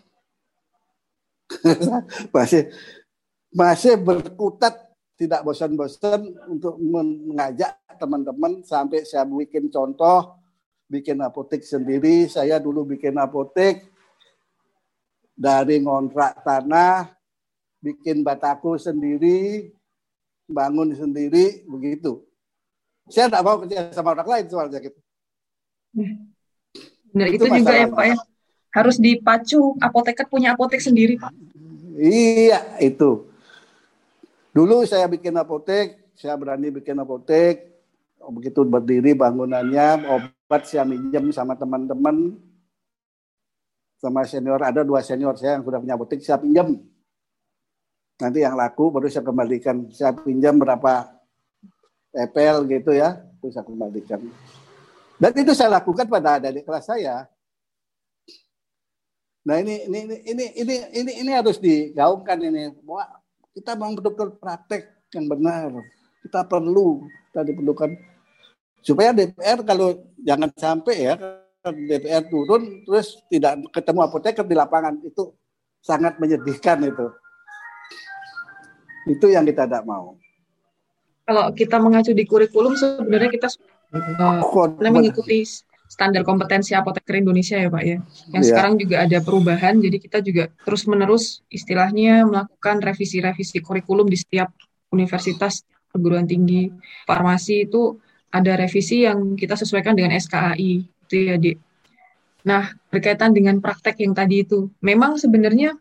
masih masih berkutat, tidak bosan-bosan untuk mengajak teman-teman sampai saya bikin contoh, bikin apotek sendiri. Saya dulu bikin apotek dari ngontrak tanah, bikin bataku sendiri, bangun sendiri, begitu. Saya tidak mau kerja sama orang lain soalnya gitu. Benar, itu, itu juga ya Pak ya. Harus dipacu, apoteker punya apotek sendiri Pak. Iya, itu. Dulu saya bikin apotek, saya berani bikin apotek, begitu berdiri bangunannya, obat saya minjem sama teman-teman, sama senior, ada dua senior saya yang sudah punya apotek, saya pinjam. Nanti yang laku baru saya kembalikan, saya pinjam berapa E P L gitu ya. Terus aku kembalikan. Dan itu saya lakukan pada adik kelas saya. Nah ini ini ini ini ini ini, ini harus digaungkan ini. Wah, kita memang betul-betul praktek yang benar. Kita perlu, kita diperlukan supaya D P R kalau jangan sampai ya D P R turun terus tidak ketemu apoteker di lapangan, itu sangat menyedihkan itu. Itu yang kita tidak mau. Kalau kita mengacu di kurikulum sebenarnya kita uh, mengikuti standar kompetensi apoteker Indonesia ya Pak ya. Yang yeah. sekarang juga ada perubahan, jadi kita juga terus-menerus istilahnya melakukan revisi-revisi kurikulum di setiap universitas perguruan tinggi. Farmasi itu ada revisi yang kita sesuaikan dengan S K A I itu ya Dik. Nah, berkaitan dengan praktek yang tadi itu, memang sebenarnya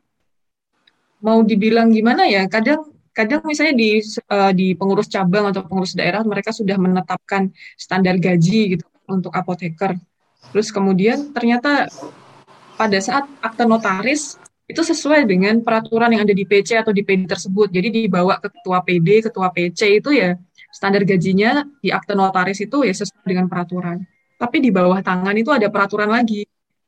mau dibilang gimana ya, kadang kadang misalnya di uh, di pengurus cabang atau pengurus daerah mereka sudah menetapkan standar gaji gitu untuk apoteker. Terus kemudian ternyata pada saat akte notaris itu sesuai dengan peraturan yang ada di P C atau di P D tersebut. Jadi dibawa ke ketua P D, ketua P C itu ya standar gajinya di akte notaris itu ya sesuai dengan peraturan. Tapi di bawah tangan itu ada peraturan lagi.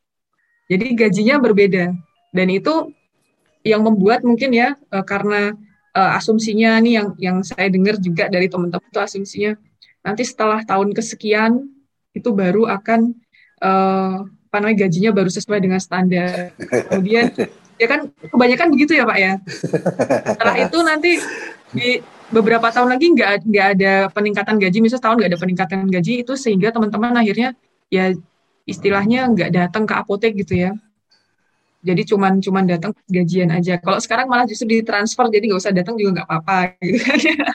Jadi gajinya berbeda. Dan itu yang membuat mungkin ya karena uh, asumsinya nih yang yang saya dengar juga dari teman-teman itu asumsinya nanti setelah tahun kesekian itu baru akan uh, apa namanya gajinya baru sesuai dengan standar. Kemudian ya kan kebanyakan begitu ya Pak ya. Setelah itu nanti di beberapa tahun lagi nggak nggak ada peningkatan gaji, misalnya setahun nggak ada peningkatan gaji itu sehingga teman-teman akhirnya ya istilahnya nggak datang ke apotek gitu ya. Jadi cuman cuman datang gajian aja. Kalau sekarang malah justru ditransfer, jadi nggak usah datang juga nggak apa-apa gitu kan.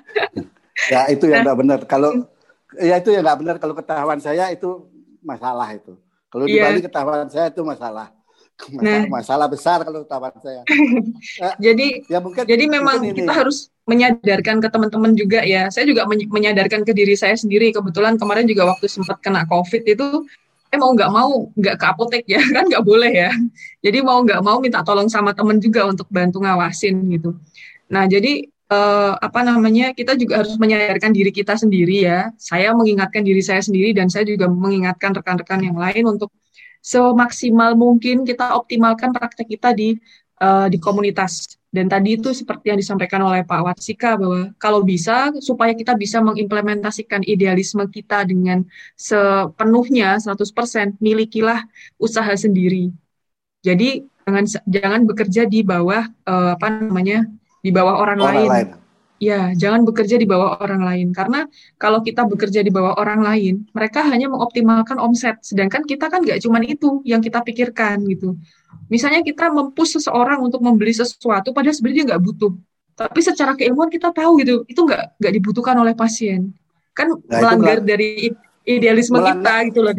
Ya itu yang nggak benar. Kalau ya itu yang nggak benar. Kalau ketahuan saya itu masalah itu. Kalau di yeah. Bali ketahuan saya itu masalah. Masalah, nah. masalah besar kalau ketahuan saya. jadi ya mungkin, jadi memang mungkin kita harus menyadarkan ke teman-teman juga ya. Saya juga menyadarkan ke diri saya sendiri. Kebetulan kemarin juga waktu sempat kena COVID itu saya mau nggak mau nggak ke apotek ya kan nggak boleh ya. Jadi mau nggak mau minta tolong sama teman juga untuk bantu ngawasin gitu. Nah jadi eh, apa namanya kita juga harus menyadarkan diri kita sendiri ya. Saya mengingatkan diri saya sendiri dan saya juga mengingatkan rekan-rekan yang lain untuk semaksimal mungkin kita optimalkan praktek kita di uh, di komunitas. Dan tadi itu seperti yang disampaikan oleh Pak Warsika bahwa kalau bisa supaya kita bisa mengimplementasikan idealisme kita dengan sepenuhnya seratus persen milikilah usaha sendiri. Jadi jangan jangan bekerja di bawah uh, apa namanya di bawah orang, orang lain. lain. Ya, jangan bekerja di bawah orang lain karena kalau kita bekerja di bawah orang lain, mereka hanya mengoptimalkan omset. Sedangkan kita kan nggak cuma itu yang kita pikirkan gitu. Misalnya kita mempush seseorang untuk membeli sesuatu padahal sebenarnya dia nggak butuh. Tapi secara keilmuan kita tahu gitu, itu nggak nggak dibutuhkan oleh pasien. Kan nah, melanggar melang- dari idealisme melanggar, kita gitu loh.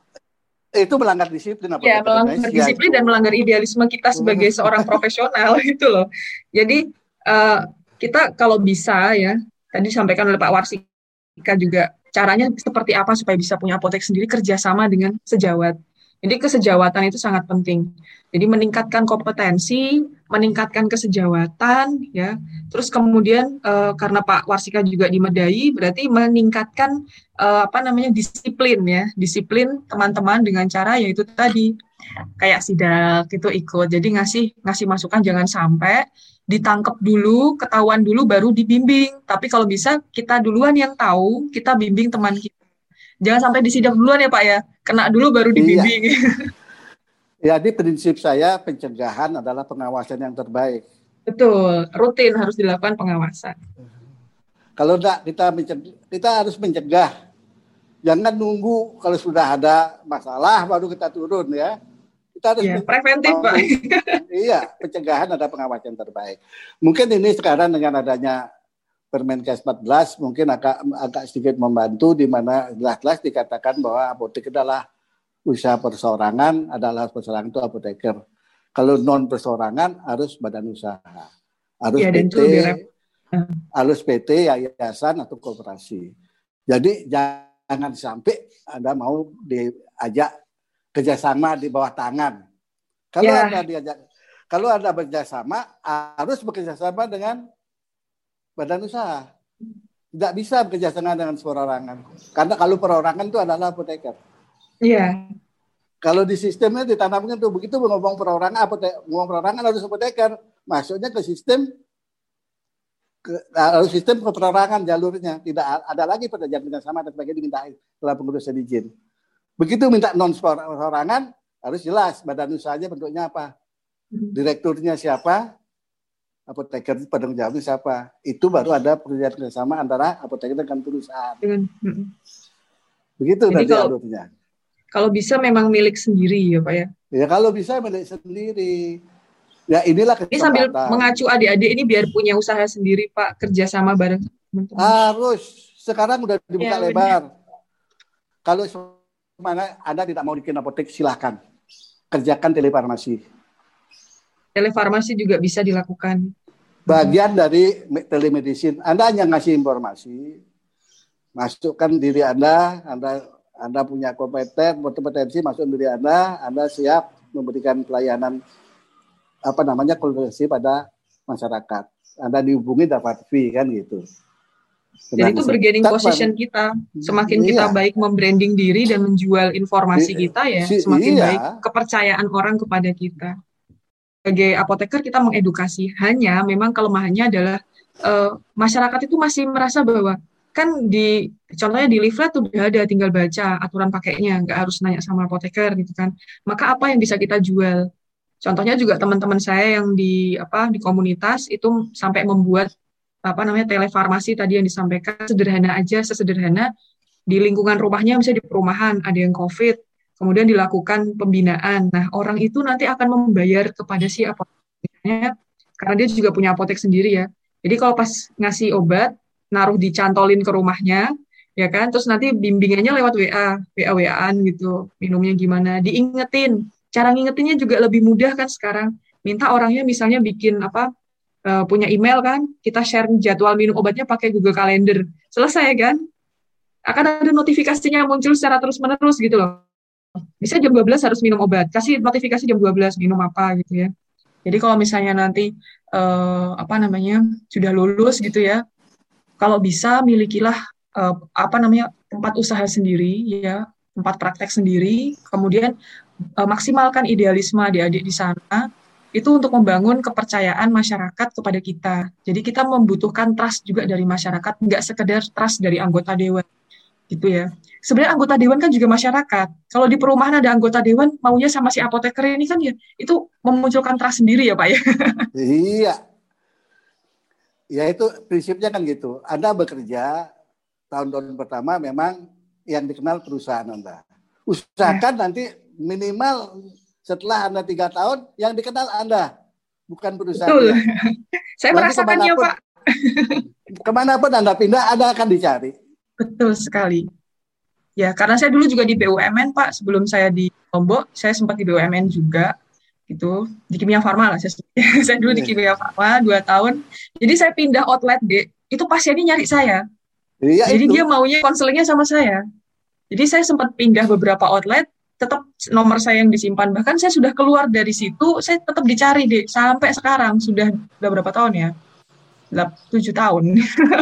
Itu melanggar disiplin apa? Ya, melanggar disiplin itu. Dan melanggar idealisme kita sebagai seorang profesional gitu loh. Jadi uh, kita kalau bisa ya, tadi disampaikan oleh Pak Warsika juga, caranya seperti apa supaya bisa punya apotek sendiri kerjasama dengan sejawat. Jadi kesejawatan itu sangat penting. Jadi meningkatkan kompetensi, meningkatkan kesejawatan, ya. Terus kemudian uh, karena Pak Warsika juga di Medai, berarti meningkatkan uh, apa namanya disiplin ya, disiplin teman-teman dengan cara yaitu tadi kayak sidak itu ikut. Jadi ngasih ngasih masukan jangan sampai ditangkap dulu, ketahuan dulu baru dibimbing. Tapi kalau bisa kita duluan yang tahu, kita bimbing teman kita. Jangan sampai disidak duluan ya Pak ya, kena dulu baru dibimbing. Iya. Jadi prinsip saya pencegahan adalah pengawasan yang terbaik. Betul, rutin harus dilakukan pengawasan. Kalau enggak kita mencegah, kita harus mencegah. Jangan nunggu kalau sudah ada masalah baru kita turun ya. Kita harus ya, preventif mau, Pak. Iya, pencegahan adalah pengawasan terbaik. Mungkin ini sekarang dengan adanya Permenkes empat belas mungkin agak agak sedikit membantu di mana jelas-jelas dikatakan bahwa apotek adalah usaha perseorangan, adalah perseorangan itu apoteker. Kalau non perseorangan harus badan usaha, harus ya, P T, harus P T, yayasan atau koperasi. Jadi jangan sampai Anda mau diajak kerjasama di bawah tangan. Kalau ya. Anda diajak, kalau Anda bekerjasama harus bekerjasama dengan badan usaha. Tidak bisa bekerja sama dengan perorangan. Karena kalau perorangan itu adalah apoteker. Iya. Kalau di sistemnya ditanamkan tuh begitu ngomong perorangan, apotek, ngomong perorangan harus apoteker. Masuknya ke sistem ke harus sistem ke perorangan jalurnya. Tidak ada lagi pekerjaan kerjasama dan sebagainya dimintain setelah pengurusan izin. Begitu minta non perorangan harus jelas badan usahanya bentuknya apa, direkturnya siapa, apoteker penanggung jawabnya siapa. Itu baru ada pekerjaan kerjasama antara apoteker dengan perusahaan. Begitu jadi tadi kalau, alurnya. Kalau bisa memang milik sendiri ya Pak ya? Ya kalau bisa milik sendiri. Ya inilah kesempatan. Ini sambil mengacu adik-adik ini biar punya usaha sendiri Pak, kerjasama bareng teman-teman. Harus. Sekarang udah dibuka ya, lebar. Benar. Kalau mana Anda tidak mau bikin apotek, silahkan. Kerjakan telefarmasi. Telefarmasi juga bisa dilakukan. Bagian dari telemedicine. Anda hanya ngasih informasi, masukkan diri Anda, Anda Anda punya kompeten, kompetensi, masukkan diri Anda, Anda siap memberikan pelayanan apa namanya konsultasi pada masyarakat. Anda dihubungi dapat fee kan gitu. Jadi itu bargaining position kita. Semakin iya. kita baik membranding diri dan menjual informasi I, kita ya, si, semakin iya. baik kepercayaan orang kepada kita. Sebagai apoteker kita mengedukasi. Hanya memang kelemahannya adalah uh, masyarakat itu masih merasa bahwa kan di contohnya di leaflet udah ada, tinggal baca aturan pakainya, nggak harus nanya sama apoteker gitu kan. Maka apa yang bisa kita jual? Contohnya juga teman-teman saya yang di apa di komunitas itu sampai membuat apa namanya telefarmasi tadi yang disampaikan, sederhana aja, sesederhana di lingkungan rumahnya, misalnya di perumahan ada yang COVID, kemudian dilakukan pembinaan. Nah, orang itu nanti akan membayar kepada si apotekernya karena dia juga punya apotek sendiri ya. Jadi kalau pas ngasih obat, naruh dicantolin ke rumahnya, ya kan, terus nanti bimbingannya lewat W A, W A W A-an gitu, minumnya gimana, diingetin. Cara ngingetinnya juga lebih mudah kan sekarang. Minta orangnya misalnya bikin apa, uh, punya email kan, kita share jadwal minum obatnya pakai Google Calendar. Selesai kan? Akan ada notifikasinya muncul secara terus-menerus gitu loh. Bisa jam dua belas harus minum obat, kasih notifikasi jam dua belas minum apa gitu ya. Jadi kalau misalnya nanti uh, apa namanya sudah lulus gitu ya, kalau bisa milikilah uh, apa namanya tempat usaha sendiri ya, tempat praktek sendiri, kemudian uh, maksimalkan idealisme adik-adik di sana itu untuk membangun kepercayaan masyarakat kepada kita. Jadi kita membutuhkan trust juga dari masyarakat, nggak sekedar trust dari anggota dewan gitu ya. Sebenarnya anggota dewan kan juga masyarakat. Kalau di perumahan ada anggota dewan maunya sama si apoteker ini kan ya, itu memunculkan trust sendiri ya Pak ya. Iya. Ya itu prinsipnya kan gitu. Anda bekerja tahun-tahun pertama memang yang dikenal perusahaan Anda. Usahakan ya. Nanti minimal setelah Anda tiga tahun yang dikenal Anda, bukan perusahaan. Betul. Saya merasakannya Pak. Kemanapun Anda pindah, Anda akan dicari. Betul sekali. Ya, karena saya dulu juga di B U M N Pak. Sebelum saya di Lombok, saya sempat di B U M N juga. Gitu, di Kimia Farma lah. Saya, saya dulu di Kimia Farma dua tahun. Jadi saya pindah outlet D, itu pasiennya nyari saya. Iya, Jadi itu. dia maunya konselingnya sama saya. Jadi saya sempat pindah beberapa outlet, tetap nomor saya yang disimpan. Bahkan saya sudah keluar dari situ, saya tetap dicari deh. Sampai sekarang, sudah, sudah berapa tahun ya? tujuh tahun.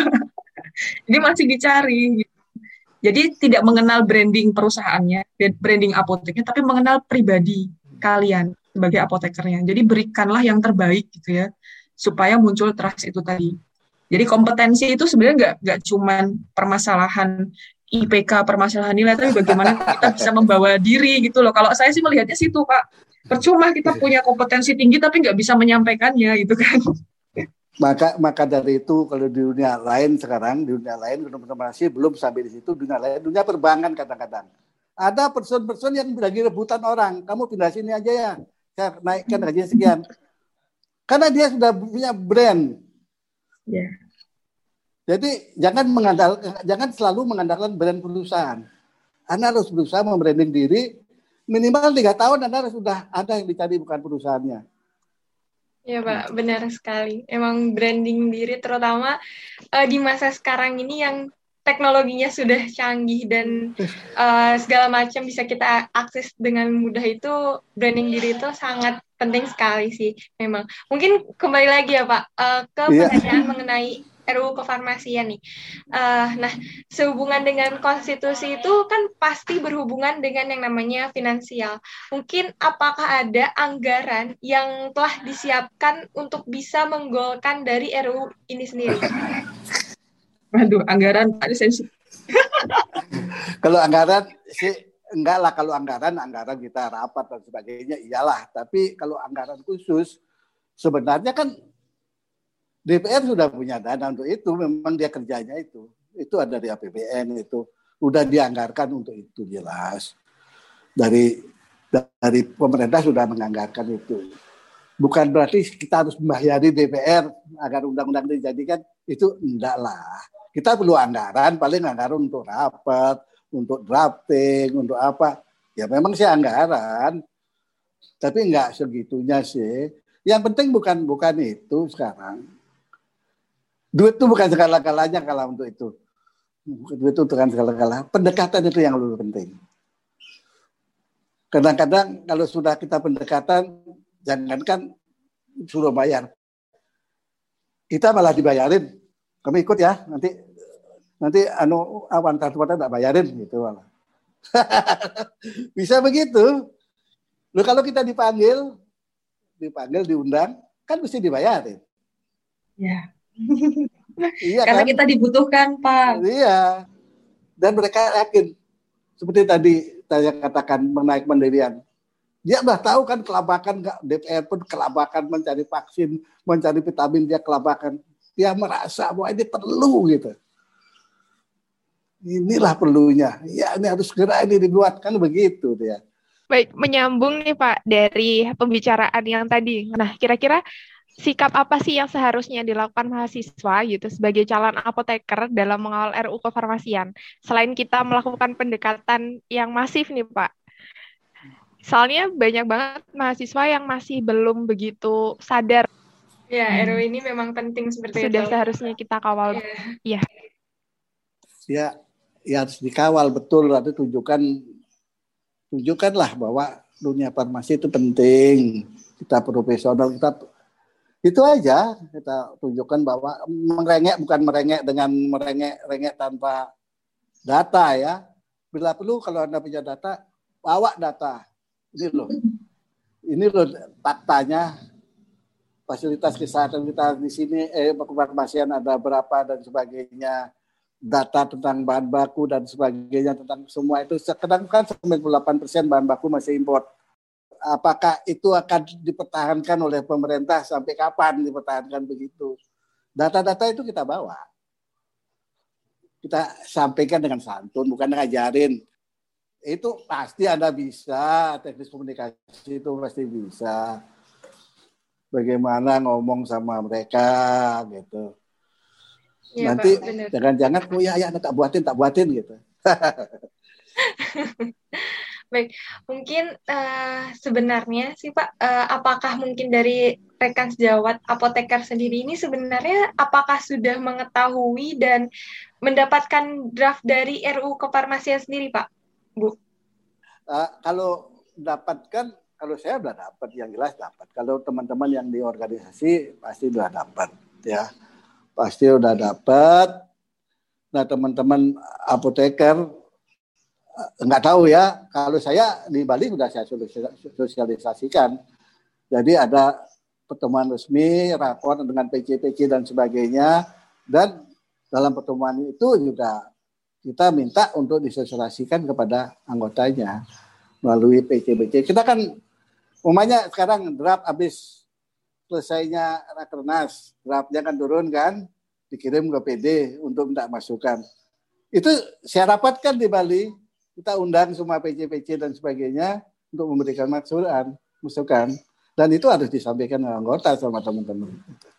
Jadi masih dicari. Jadi tidak mengenal branding perusahaannya, branding apoteknya, tapi mengenal pribadi kalian sebagai apotekernya. Jadi berikanlah yang terbaik gitu ya, supaya muncul trust itu tadi. Jadi kompetensi itu sebenarnya nggak nggak cuman permasalahan I P K, permasalahan nilai, tapi bagaimana kita bisa membawa diri gitu loh. Kalau saya sih melihatnya situ Pak. Percuma kita punya kompetensi tinggi tapi nggak bisa menyampaikannya gitu kan. Maka maka dari itu kalau di dunia lain sekarang, di dunia lain informasi belum sampai di situ, dunia lain, dunia perbankan kadang-kadang. Ada person-person yang lagi rebutan orang, kamu pindah sini aja ya, saya naikkan gaji sekian. Karena dia sudah punya brand. Yeah. Jadi jangan mengandalkan, jangan selalu mengandalkan brand perusahaan. Anda harus berusaha membranding diri, minimal tiga tahun Anda harus sudah ada yang dicari bukan perusahaannya. Ya Pak, benar sekali. Emang branding diri terutama uh, di masa sekarang ini yang teknologinya sudah canggih dan uh, segala macam bisa kita akses dengan mudah, itu branding diri itu sangat penting sekali sih memang. Mungkin kembali lagi ya Pak uh, ke pertanyaan yeah. mengenai R U kefarmasian nih. Uh, nah, sehubungan dengan konstitusi itu kan pasti berhubungan dengan yang namanya finansial. Mungkin apakah ada anggaran yang telah disiapkan untuk bisa menggolkan dari R U ini sendiri? Waduh, anggaran Pak sensitif. Kalau anggaran sih enggak lah, kalau anggaran anggaran kita rapat dan sebagainya iyalah. Tapi kalau anggaran khusus sebenarnya kan D P R sudah punya dana untuk itu, memang dia kerjanya itu. Itu ada di A P B N, itu udah dianggarkan untuk itu jelas. Dari dari pemerintah sudah menganggarkan itu. Bukan berarti kita harus membayari D P R agar undang-undang dijadikan, itu enggak lah. Kita perlu anggaran, paling anggaran untuk rapat, untuk drafting, untuk apa. Ya memang sih anggaran, tapi enggak segitunya sih. Yang penting bukan bukan itu sekarang. Duit itu bukan segala-galanya kalau untuk itu. Duit itu bukan segala-galanya. Pendekatan itu yang lebih penting. Kadang-kadang kalau sudah kita pendekatan, jangankan suruh bayar. Kita malah dibayarin. Kami ikut ya, nanti nanti anu awan transportnya enggak bayarin gitu malah. Bisa begitu. Loh, kalau kita dipanggil, dipanggil diundang, kan mesti dibayarin. Ya. Iya, karena kan? Kita dibutuhkan, Pak. Iya. Dan mereka yakin, seperti tadi saya katakan menaik pendirian. Dia udah tahu kan kelabakan, D P R pun kelabakan mencari vaksin, mencari vitamin, dia kelabakan. Dia merasa bahwa ini perlu gitu. Inilah perlunya. Ya ini harus segera ini dibuat, kan begitu dia. Baik, menyambung nih Pak dari pembicaraan yang tadi. Nah, kira-kira sikap apa sih yang seharusnya dilakukan mahasiswa gitu sebagai calon apoteker dalam mengawal R U kefarmasian? Selain kita melakukan pendekatan yang masif nih Pak. Soalnya banyak banget mahasiswa yang masih belum begitu sadar. Ya, R U ini memang penting seperti Sudah itu. seharusnya kita kawal. Iya. Ya, ya harus dikawal betul. Nanti tunjukkan, tunjukkanlah bahwa dunia farmasi itu penting. Kita profesional, kita itu aja kita tunjukkan bahwa merengek bukan merengek dengan merengek-rengek tanpa data ya. Bila perlu kalau Anda punya data, bawa data. Ini loh. Ini loh faktanya. Fasilitas kesehatan kita di sini eh kefarmasian ada berapa dan sebagainya. Data tentang bahan baku dan sebagainya, tentang semua itu sekarang kan sembilan puluh delapan persen bahan baku masih impor. Apakah itu akan dipertahankan oleh pemerintah, sampai kapan dipertahankan begitu? Data-data itu kita bawa. Kita sampaikan dengan santun, bukan ngajarin. Itu pasti Anda bisa, teknis komunikasi itu pasti bisa. Bagaimana ngomong sama mereka gitu. Ya, nanti Pak, jangan-jangan, oh ya, ya tak buatin, tak buatin gitu. Baik, mungkin uh, sebenarnya sih Pak, uh, apakah mungkin dari rekan sejawat apoteker sendiri ini sebenarnya apakah sudah mengetahui dan mendapatkan draft dari R U kefarmasian sendiri Pak, Bu? Uh, kalau dapatkan, kalau saya sudah dapat, yang jelas dapat. Kalau teman-teman yang di organisasi pasti sudah dapat, ya, pasti sudah dapat. Nah teman-teman apoteker nggak tahu ya, kalau saya di Bali sudah saya sosialisasikan. Jadi ada pertemuan resmi, rakor dengan P C P C dan sebagainya. Dan dalam pertemuan itu juga kita minta untuk disosialisasikan kepada anggotanya melalui P C P C. Kita kan, umumnya sekarang draft habis selesainya rakernas, draftnya kan turun kan, dikirim ke P D untuk minta masukan. Itu saya rapatkan di Bali. Kita undang semua P C P C dan sebagainya untuk memberikan masukan, masukan, dan itu harus disampaikan oleh anggota sama teman-teman.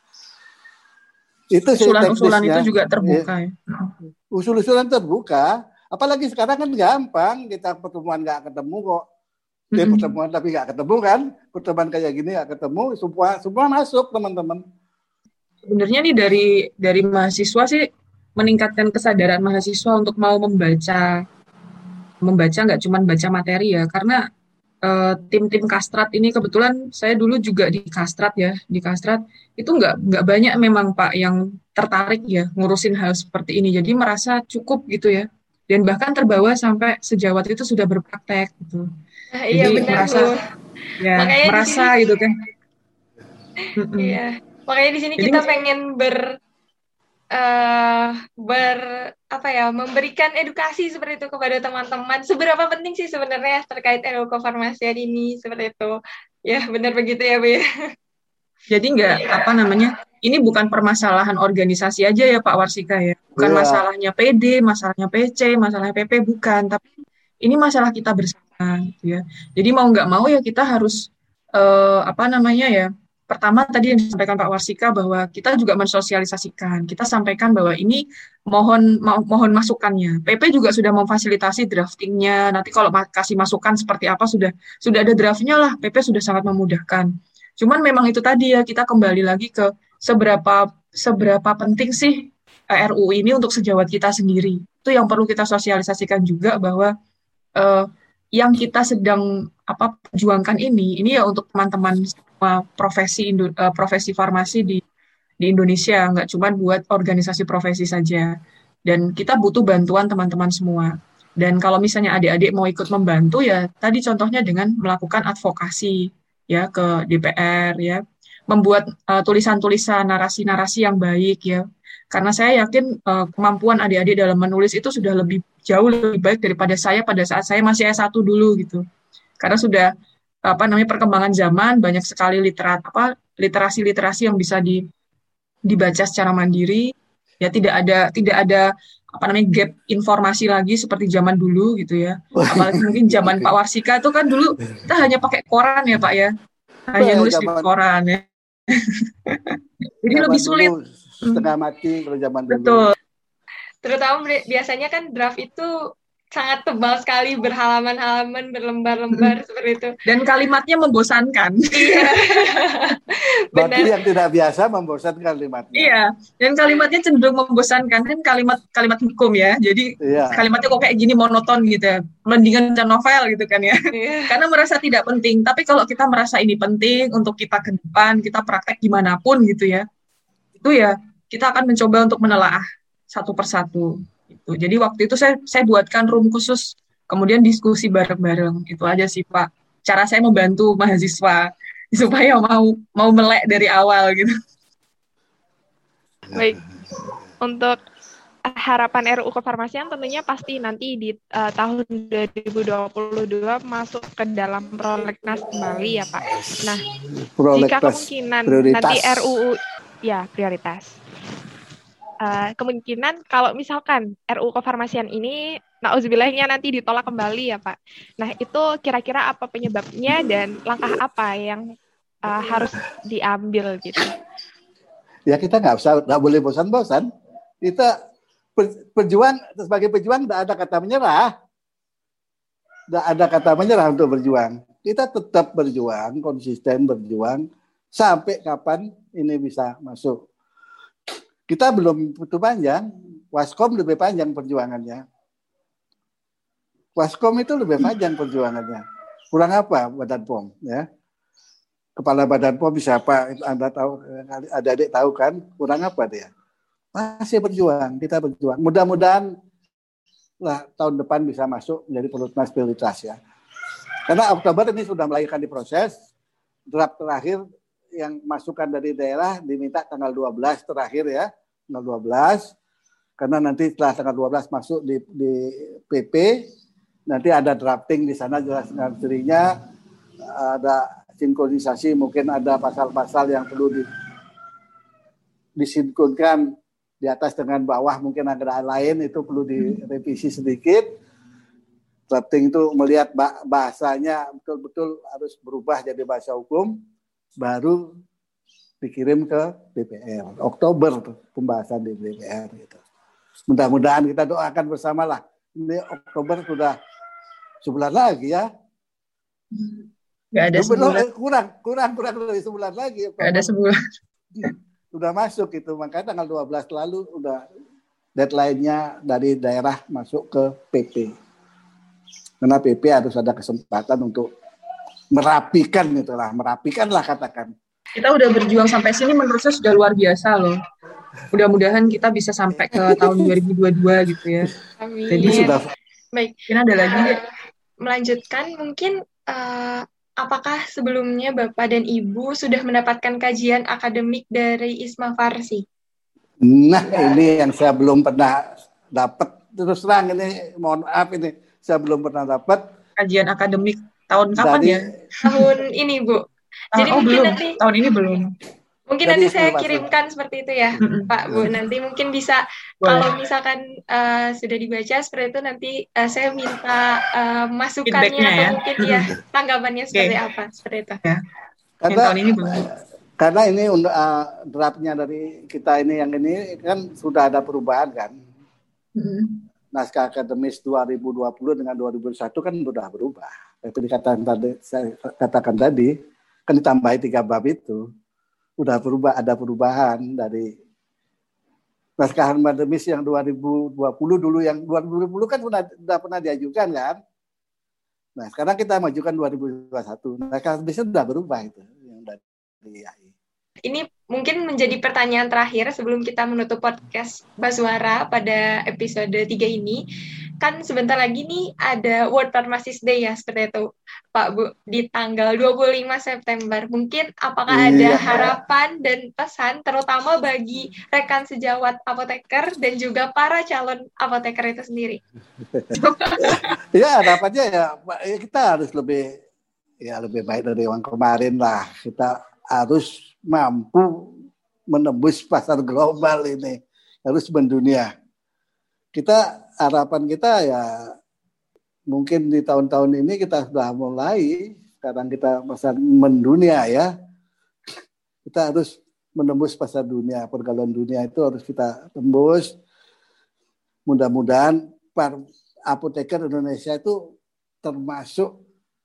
Itu usulan-usulan itu juga terbuka. Ya. Usul-usulan terbuka, apalagi sekarang kan gampang, kita pertemuan nggak ketemu kok, mm-hmm. eh, pertemuan tapi nggak ketemu kan, pertemuan kayak gini nggak ketemu, semua semua masuk teman-teman. Sebenarnya nih dari dari mahasiswa sih meningkatkan kesadaran mahasiswa untuk mau membaca. Membaca nggak cuma baca materi ya, karena uh, tim-tim Kastrat ini kebetulan saya dulu juga di Kastrat ya, di Kastrat itu nggak nggak banyak memang Pak yang tertarik ya ngurusin hal seperti ini. Jadi merasa cukup gitu ya. Dan bahkan terbawa sampai sejawat itu sudah berpraktek gitu. Nah, iya Jadi benar merasa Bu. ya Makanya di merasa sini gitu kan. Mm-mm. iya. Makanya di sini Jadi kita pengen ber eh ber apa ya memberikan edukasi seperti itu kepada teman-teman. Seberapa penting sih sebenarnya terkait R U U kefarmasian ini seperti itu. Ya, benar begitu ya, Bu ya. jadi nggak apa namanya, ini bukan permasalahan organisasi aja ya Pak Warsika ya, bukan Iya. masalahnya P D, masalahnya P C, masalahnya P P, bukan, tapi ini masalah kita bersama gitu ya. Jadi mau nggak mau ya kita harus eh, apa namanya ya, pertama tadi yang disampaikan Pak Warsika bahwa kita juga mensosialisasikan, kita sampaikan bahwa ini mohon mo- mohon masukannya. P P juga sudah memfasilitasi draftingnya. Nanti kalau ma- kasih masukan seperti apa sudah sudah ada draftnya lah. P P sudah sangat memudahkan. Cuman memang itu tadi ya, kita kembali lagi ke seberapa seberapa penting sih eh, R U U ini untuk sejawat kita sendiri. Itu yang perlu kita sosialisasikan juga bahwa eh, yang kita sedang apa perjuangkan ini, ini ya untuk teman-teman semua profesi Indo- eh, profesi farmasi di di Indonesia, nggak cuma buat organisasi profesi saja. Dan kita butuh bantuan teman-teman semua. Dan kalau misalnya adik-adik mau ikut membantu ya, tadi contohnya dengan melakukan advokasi ya ke D P R ya, membuat uh, tulisan-tulisan narasi-narasi yang baik ya. Karena saya yakin uh, kemampuan adik-adik dalam menulis itu sudah lebih jauh lebih baik daripada saya pada saat saya masih S satu dulu gitu. Karena sudah apa namanya perkembangan zaman, banyak sekali literat apa literasi-literasi yang bisa di dibaca secara mandiri, ya tidak ada tidak ada apa namanya gap informasi lagi seperti zaman dulu gitu ya. Apalagi mungkin zaman Pak Warsika itu kan dulu kita hanya pakai koran ya Pak ya, hanya Wah, nulis di zaman- koran ya. Jadi Zaman lebih sulit. dulu setengah mati kalau zaman dulu. Betul. Terutama bi- biasanya kan draft itu sangat tebal sekali, berhalaman-halaman, berlembar-lembar seperti itu. Dan kalimatnya membosankan. Iya. Bagi Benar. yang tidak biasa membosankan kalimatnya. Iya, dan kalimatnya cenderung membosankan kan kalimat kalimat hukum ya. Jadi Iya. kalimatnya kok kayak gini monoton gitu ya. Mendingan baca novel gitu kan ya. Iya. Karena merasa tidak penting. Tapi kalau kita merasa ini penting untuk kita ke depan, kita praktek dimanapun gitu ya, itu ya kita akan mencoba untuk menelaah satu persatu. Gitu. Jadi waktu itu saya saya buatkan room khusus, kemudian diskusi bareng-bareng. Itu aja sih Pak. Cara saya membantu mahasiswa supaya mau mau melek dari awal gitu. Baik, untuk harapan R U U kefarmasian tentunya pasti nanti di uh, tahun dua ribu dua puluh dua masuk ke dalam prolegnas kembali ya Pak. Nah, jika Prolegnas kemungkinan prioritas. nanti R U U ya prioritas. Uh, kemungkinan kalau misalkan R U U kefarmasian ini nauzubillahnya nanti ditolak kembali ya Pak. Nah, itu kira-kira apa penyebabnya dan langkah apa yang uh, harus diambil gitu? Ya kita nggak usah, nggak boleh bosan-bosan. Kita per- perjuang sebagai pejuang tidak ada kata menyerah, tidak ada kata menyerah untuk berjuang. Kita tetap berjuang, konsisten berjuang sampai kapan ini bisa masuk. Kita belum butuh panjang, Waskom lebih panjang perjuangannya. Waskom itu lebih panjang perjuangannya. Kurang apa Badan P O M ya? Kepala Badan P O M siapa? Anda tahu, adik-adik tahu kan? Kurang apa dia? Masih berjuang, kita berjuang. Mudah-mudahan lah tahun depan bisa masuk menjadi prolegnas prioritas ya. Karena Oktober ini sudah melahirkan di proses. Draft terakhir yang masukan dari daerah diminta tanggal dua belas terakhir ya, tanggal dua belas. Karena nanti setelah tanggal dua belas masuk di, di P P, nanti ada drafting di sana jelas dengan dirinya, ada sinkronisasi, mungkin ada pasal-pasal yang perlu di, disinkronkan di atas dengan bawah, mungkin ada lain itu perlu direvisi sedikit. Drafting itu melihat bahasanya betul-betul harus berubah jadi bahasa hukum, baru dikirim ke D P R. Oktober tuh pembahasan di D P R gitu. Mudah-mudahan kita doakan bersama lah. Ini Oktober sudah sebulan lagi ya. Nggak ada sebulan. Kurang, kurang, kurang dari sebulan lagi. Nggak ada sebulan. Sudah masuk itu, makanya tanggal dua belas lalu udah deadline-nya dari daerah masuk ke P P. Karena P P harus ada kesempatan untuk merapikan itulah, merapikan lah katakan. Kita udah berjuang sampai sini menurut saya sudah luar biasa loh. Mudah-mudahan kita bisa sampai ke tahun dua ribu dua puluh dua gitu ya. Amin. Jadi sudah. Baik. Mungkin ada lagi uh, melanjutkan mungkin uh, apakah sebelumnya Bapak dan Ibu sudah mendapatkan kajian akademik dari ISMA Farsi? Nah, ini yang saya belum pernah dapat. Terus terang ini, mohon maaf ini, saya belum pernah dapat. Kajian akademik tahun kapan Dari, ya? Tahun ini, Bu. Jadi oh, mungkin belum. nanti Tahun ini belum. Mungkin Jadi, nanti saya Pak, kirimkan seperti itu ya, Mm-mm. Pak, Bu. Nanti mungkin bisa, Boleh. kalau misalkan uh, sudah dibaca seperti itu, nanti uh, saya minta uh, masukannya Feedbacknya atau ya. mungkin Mm-mm. ya tanggapannya seperti Oke. apa, seperti itu. Ya. karena, Yang tahun ini belum. karena ini uh, draftnya dari kita ini yang ini kan sudah ada perubahan kan. Mm-mm. Naskah akademis dua ribu dua puluh dengan dua ribu satu kan sudah berubah. Seperti dikatakan tadi, saya katakan tadi, kan ditambahi tiga bab itu. Udah berubah, ada perubahan dari naskah akademis yang dua ribu dua puluh dulu, yang dua ribu dua puluh kan sudah, sudah pernah diajukan kan. Nah, sekarang kita majukan dua ribu dua puluh satu. Naskah akademisnya sudah berubah itu yang dari I A I. Ini mungkin menjadi pertanyaan terakhir sebelum kita menutup podcast Basuara pada episode tiga ini. Kan sebentar lagi nih ada World Pharmacist Day ya, seperti itu, Pak, Bu, di tanggal dua puluh lima September. Mungkin apakah Iya. ada harapan dan pesan terutama bagi rekan sejawat apoteker dan juga para calon apoteker itu sendiri? Ya, harapannya ya kita harus lebih ya lebih baik dari yang kemarin lah. Kita harus mampu menembus pasar global ini, harus mendunia. Kita harapan kita ya mungkin di tahun-tahun ini kita sudah mulai, sekarang kita pasar mendunia ya. Kita harus menembus pasar dunia, pergaulan dunia itu harus kita tembus. Mudah-mudahan apoteker Indonesia itu termasuk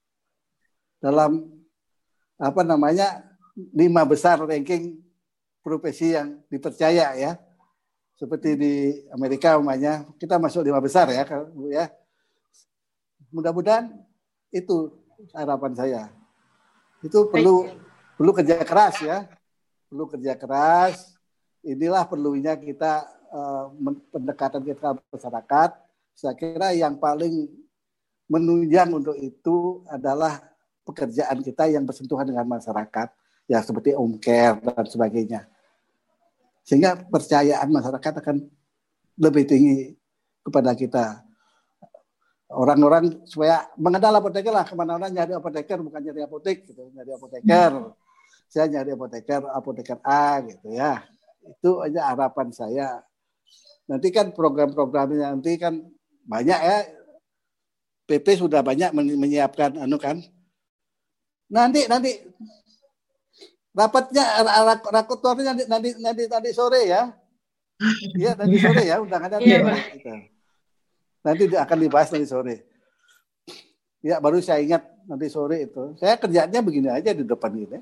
dalam apa namanya lima besar ranking profesi yang dipercaya ya, seperti di Amerika umpamanya kita masuk lima besar ya, Bu ya. Mudah-mudahan itu harapan saya. Itu perlu perlu kerja keras ya, perlu kerja keras. Inilah perlunya kita uh, pendekatan kita ke masyarakat. Saya kira yang paling menunjang untuk itu adalah pekerjaan kita yang bersentuhan dengan masyarakat. Ya seperti home care dan sebagainya. Sehingga percayaan masyarakat akan lebih tinggi kepada kita. Orang-orang supaya mengenal apoteker lah, kemana-mana nyari apoteker, bukan nyari apotek gitu, nyari apoteker. Hmm. Saya nyari apoteker, apoteker A gitu ya. Itu aja harapan saya. Nanti kan program-programnya nanti kan banyak ya. P P sudah banyak menyiapkan anu kan. Nanti nanti rapatnya rakotornya nanti nanti nanti nanti sore ya. Iya, nanti sore ya undangannya. Iya, Pak. Gitu. Nanti akan dibahas nanti sore. Ya, baru saya ingat nanti sore itu. Saya kerjanya begini aja di depan ini.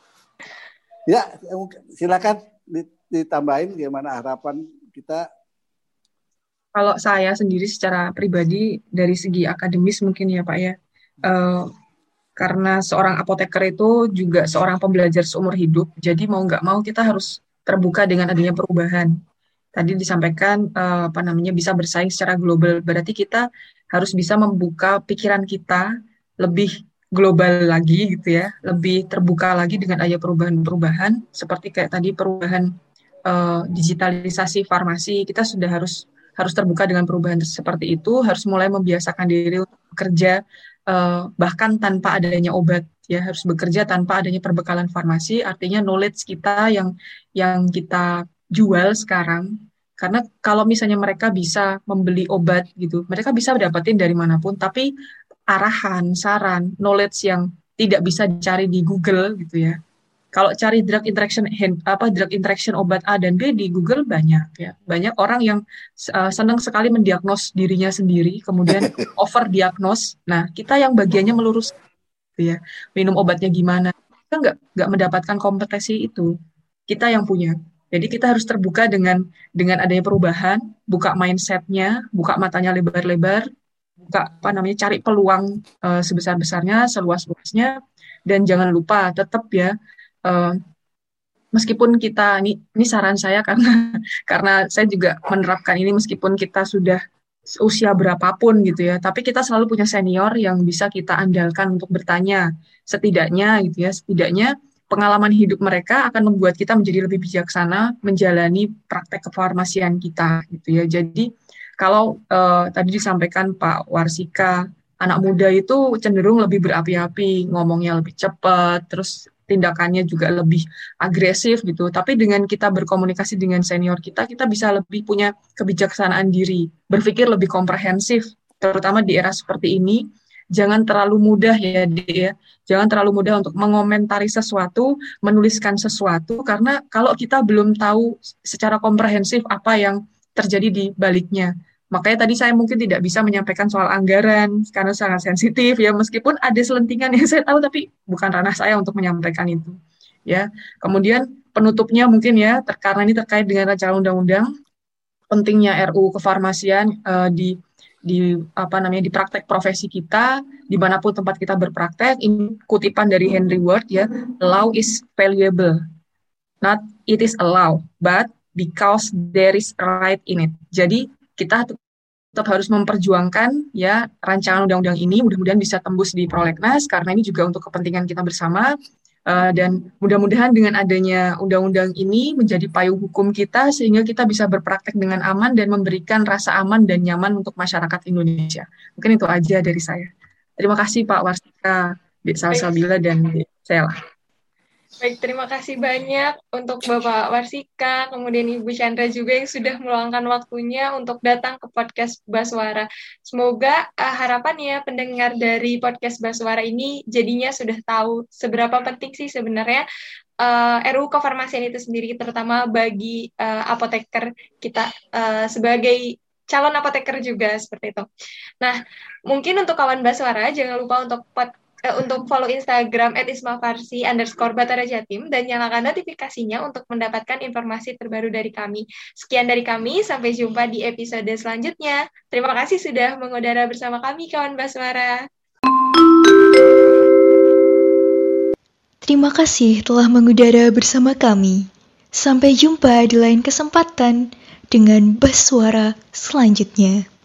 Ya, silakan ditambahin gimana harapan kita. Kalau saya sendiri secara pribadi dari segi akademis mungkin ya Pak ya. Uh, Karena seorang apoteker itu juga seorang pembelajar seumur hidup, jadi mau nggak mau kita harus terbuka dengan adanya perubahan. Tadi disampaikan uh, apa namanya bisa bersaing secara global, berarti kita harus bisa membuka pikiran kita lebih global lagi gitu ya, lebih terbuka lagi dengan adanya perubahan-perubahan seperti kayak tadi perubahan uh, digitalisasi farmasi, kita sudah harus harus terbuka dengan perubahan seperti itu, harus mulai membiasakan diri untuk bekerja Uh, bahkan tanpa adanya obat ya, harus bekerja tanpa adanya perbekalan farmasi, artinya knowledge kita yang yang kita jual sekarang, karena kalau misalnya mereka bisa membeli obat gitu, mereka bisa dapetin dari manapun, tapi arahan, saran, knowledge yang tidak bisa dicari di Google gitu ya. Kalau cari drug interaction apa drug interaction obat A dan B di Google banyak ya. Banyak orang yang uh, senang sekali mendiagnos dirinya sendiri, kemudian overdiagnos. Nah, kita yang bagiannya melurus gitu ya. Minum obatnya gimana? Kita nggak nggak mendapatkan kompetensi itu. Kita yang punya. Jadi kita harus terbuka dengan dengan adanya perubahan, buka mindset-nya, buka matanya lebar-lebar, buka apa namanya cari peluang uh, sebesar-besarnya, seluas-luasnya, dan jangan lupa tetap ya uh, meskipun kita ini ini saran saya karena karena saya juga menerapkan ini meskipun kita sudah usia berapapun gitu ya, tapi kita selalu punya senior yang bisa kita andalkan untuk bertanya, setidaknya gitu ya, setidaknya pengalaman hidup mereka akan membuat kita menjadi lebih bijaksana menjalani praktek kefarmasian kita gitu ya. Jadi kalau uh, tadi disampaikan Pak Warsika, anak muda itu cenderung lebih berapi-api, ngomongnya lebih cepat, terus tindakannya juga lebih agresif gitu. Tapi dengan kita berkomunikasi dengan senior kita, kita bisa lebih punya kebijaksanaan diri, berpikir lebih komprehensif, terutama di era seperti ini. Jangan terlalu mudah ya, dia. Jangan terlalu mudah untuk mengomentari sesuatu, menuliskan sesuatu, karena kalau kita belum tahu secara komprehensif apa yang terjadi di baliknya. Makanya tadi saya mungkin tidak bisa menyampaikan soal anggaran karena sangat sensitif ya, meskipun ada selentingan yang saya tahu tapi bukan ranah saya untuk menyampaikan itu. Ya. Kemudian penutupnya mungkin ya, ter- karena ini terkait dengan rancangan undang-undang, pentingnya R U kefarmasian uh, di di apa namanya di praktek profesi kita dimanapun tempat kita berpraktek. Ini kutipan dari Henry Ward ya, law is valuable, not it is allowed, but because there is a right in it. Jadi kita tetap harus memperjuangkan ya rancangan undang-undang ini, mudah-mudahan bisa tembus di prolegnas karena ini juga untuk kepentingan kita bersama. Uh, dan mudah-mudahan dengan adanya undang-undang ini menjadi payung hukum kita sehingga kita bisa berpraktek dengan aman dan memberikan rasa aman dan nyaman untuk masyarakat Indonesia. Mungkin itu aja dari saya. Terima kasih Pak Warsika, Dek Salsabila, dan Dek Sela. Baik, terima kasih banyak untuk Bapak Warsika, kemudian Ibu Chandra juga yang sudah meluangkan waktunya untuk datang ke podcast Baswara. Semoga uh, harapannya pendengar dari podcast Baswara ini jadinya sudah tahu seberapa penting sih sebenarnya uh, R U U kefarmasian itu sendiri, terutama bagi uh, apoteker kita uh, sebagai calon apoteker juga seperti itu. Nah, mungkin untuk kawan Baswara, jangan lupa untuk pod untuk follow Instagram at ismafarsi underscore Batara Jatim dan nyalakan notifikasinya untuk mendapatkan informasi terbaru dari kami. Sekian dari kami, sampai jumpa di episode selanjutnya. Terima kasih sudah mengudara bersama kami, kawan Baswara. Terima kasih telah mengudara bersama kami. Sampai jumpa di lain kesempatan dengan Baswara selanjutnya.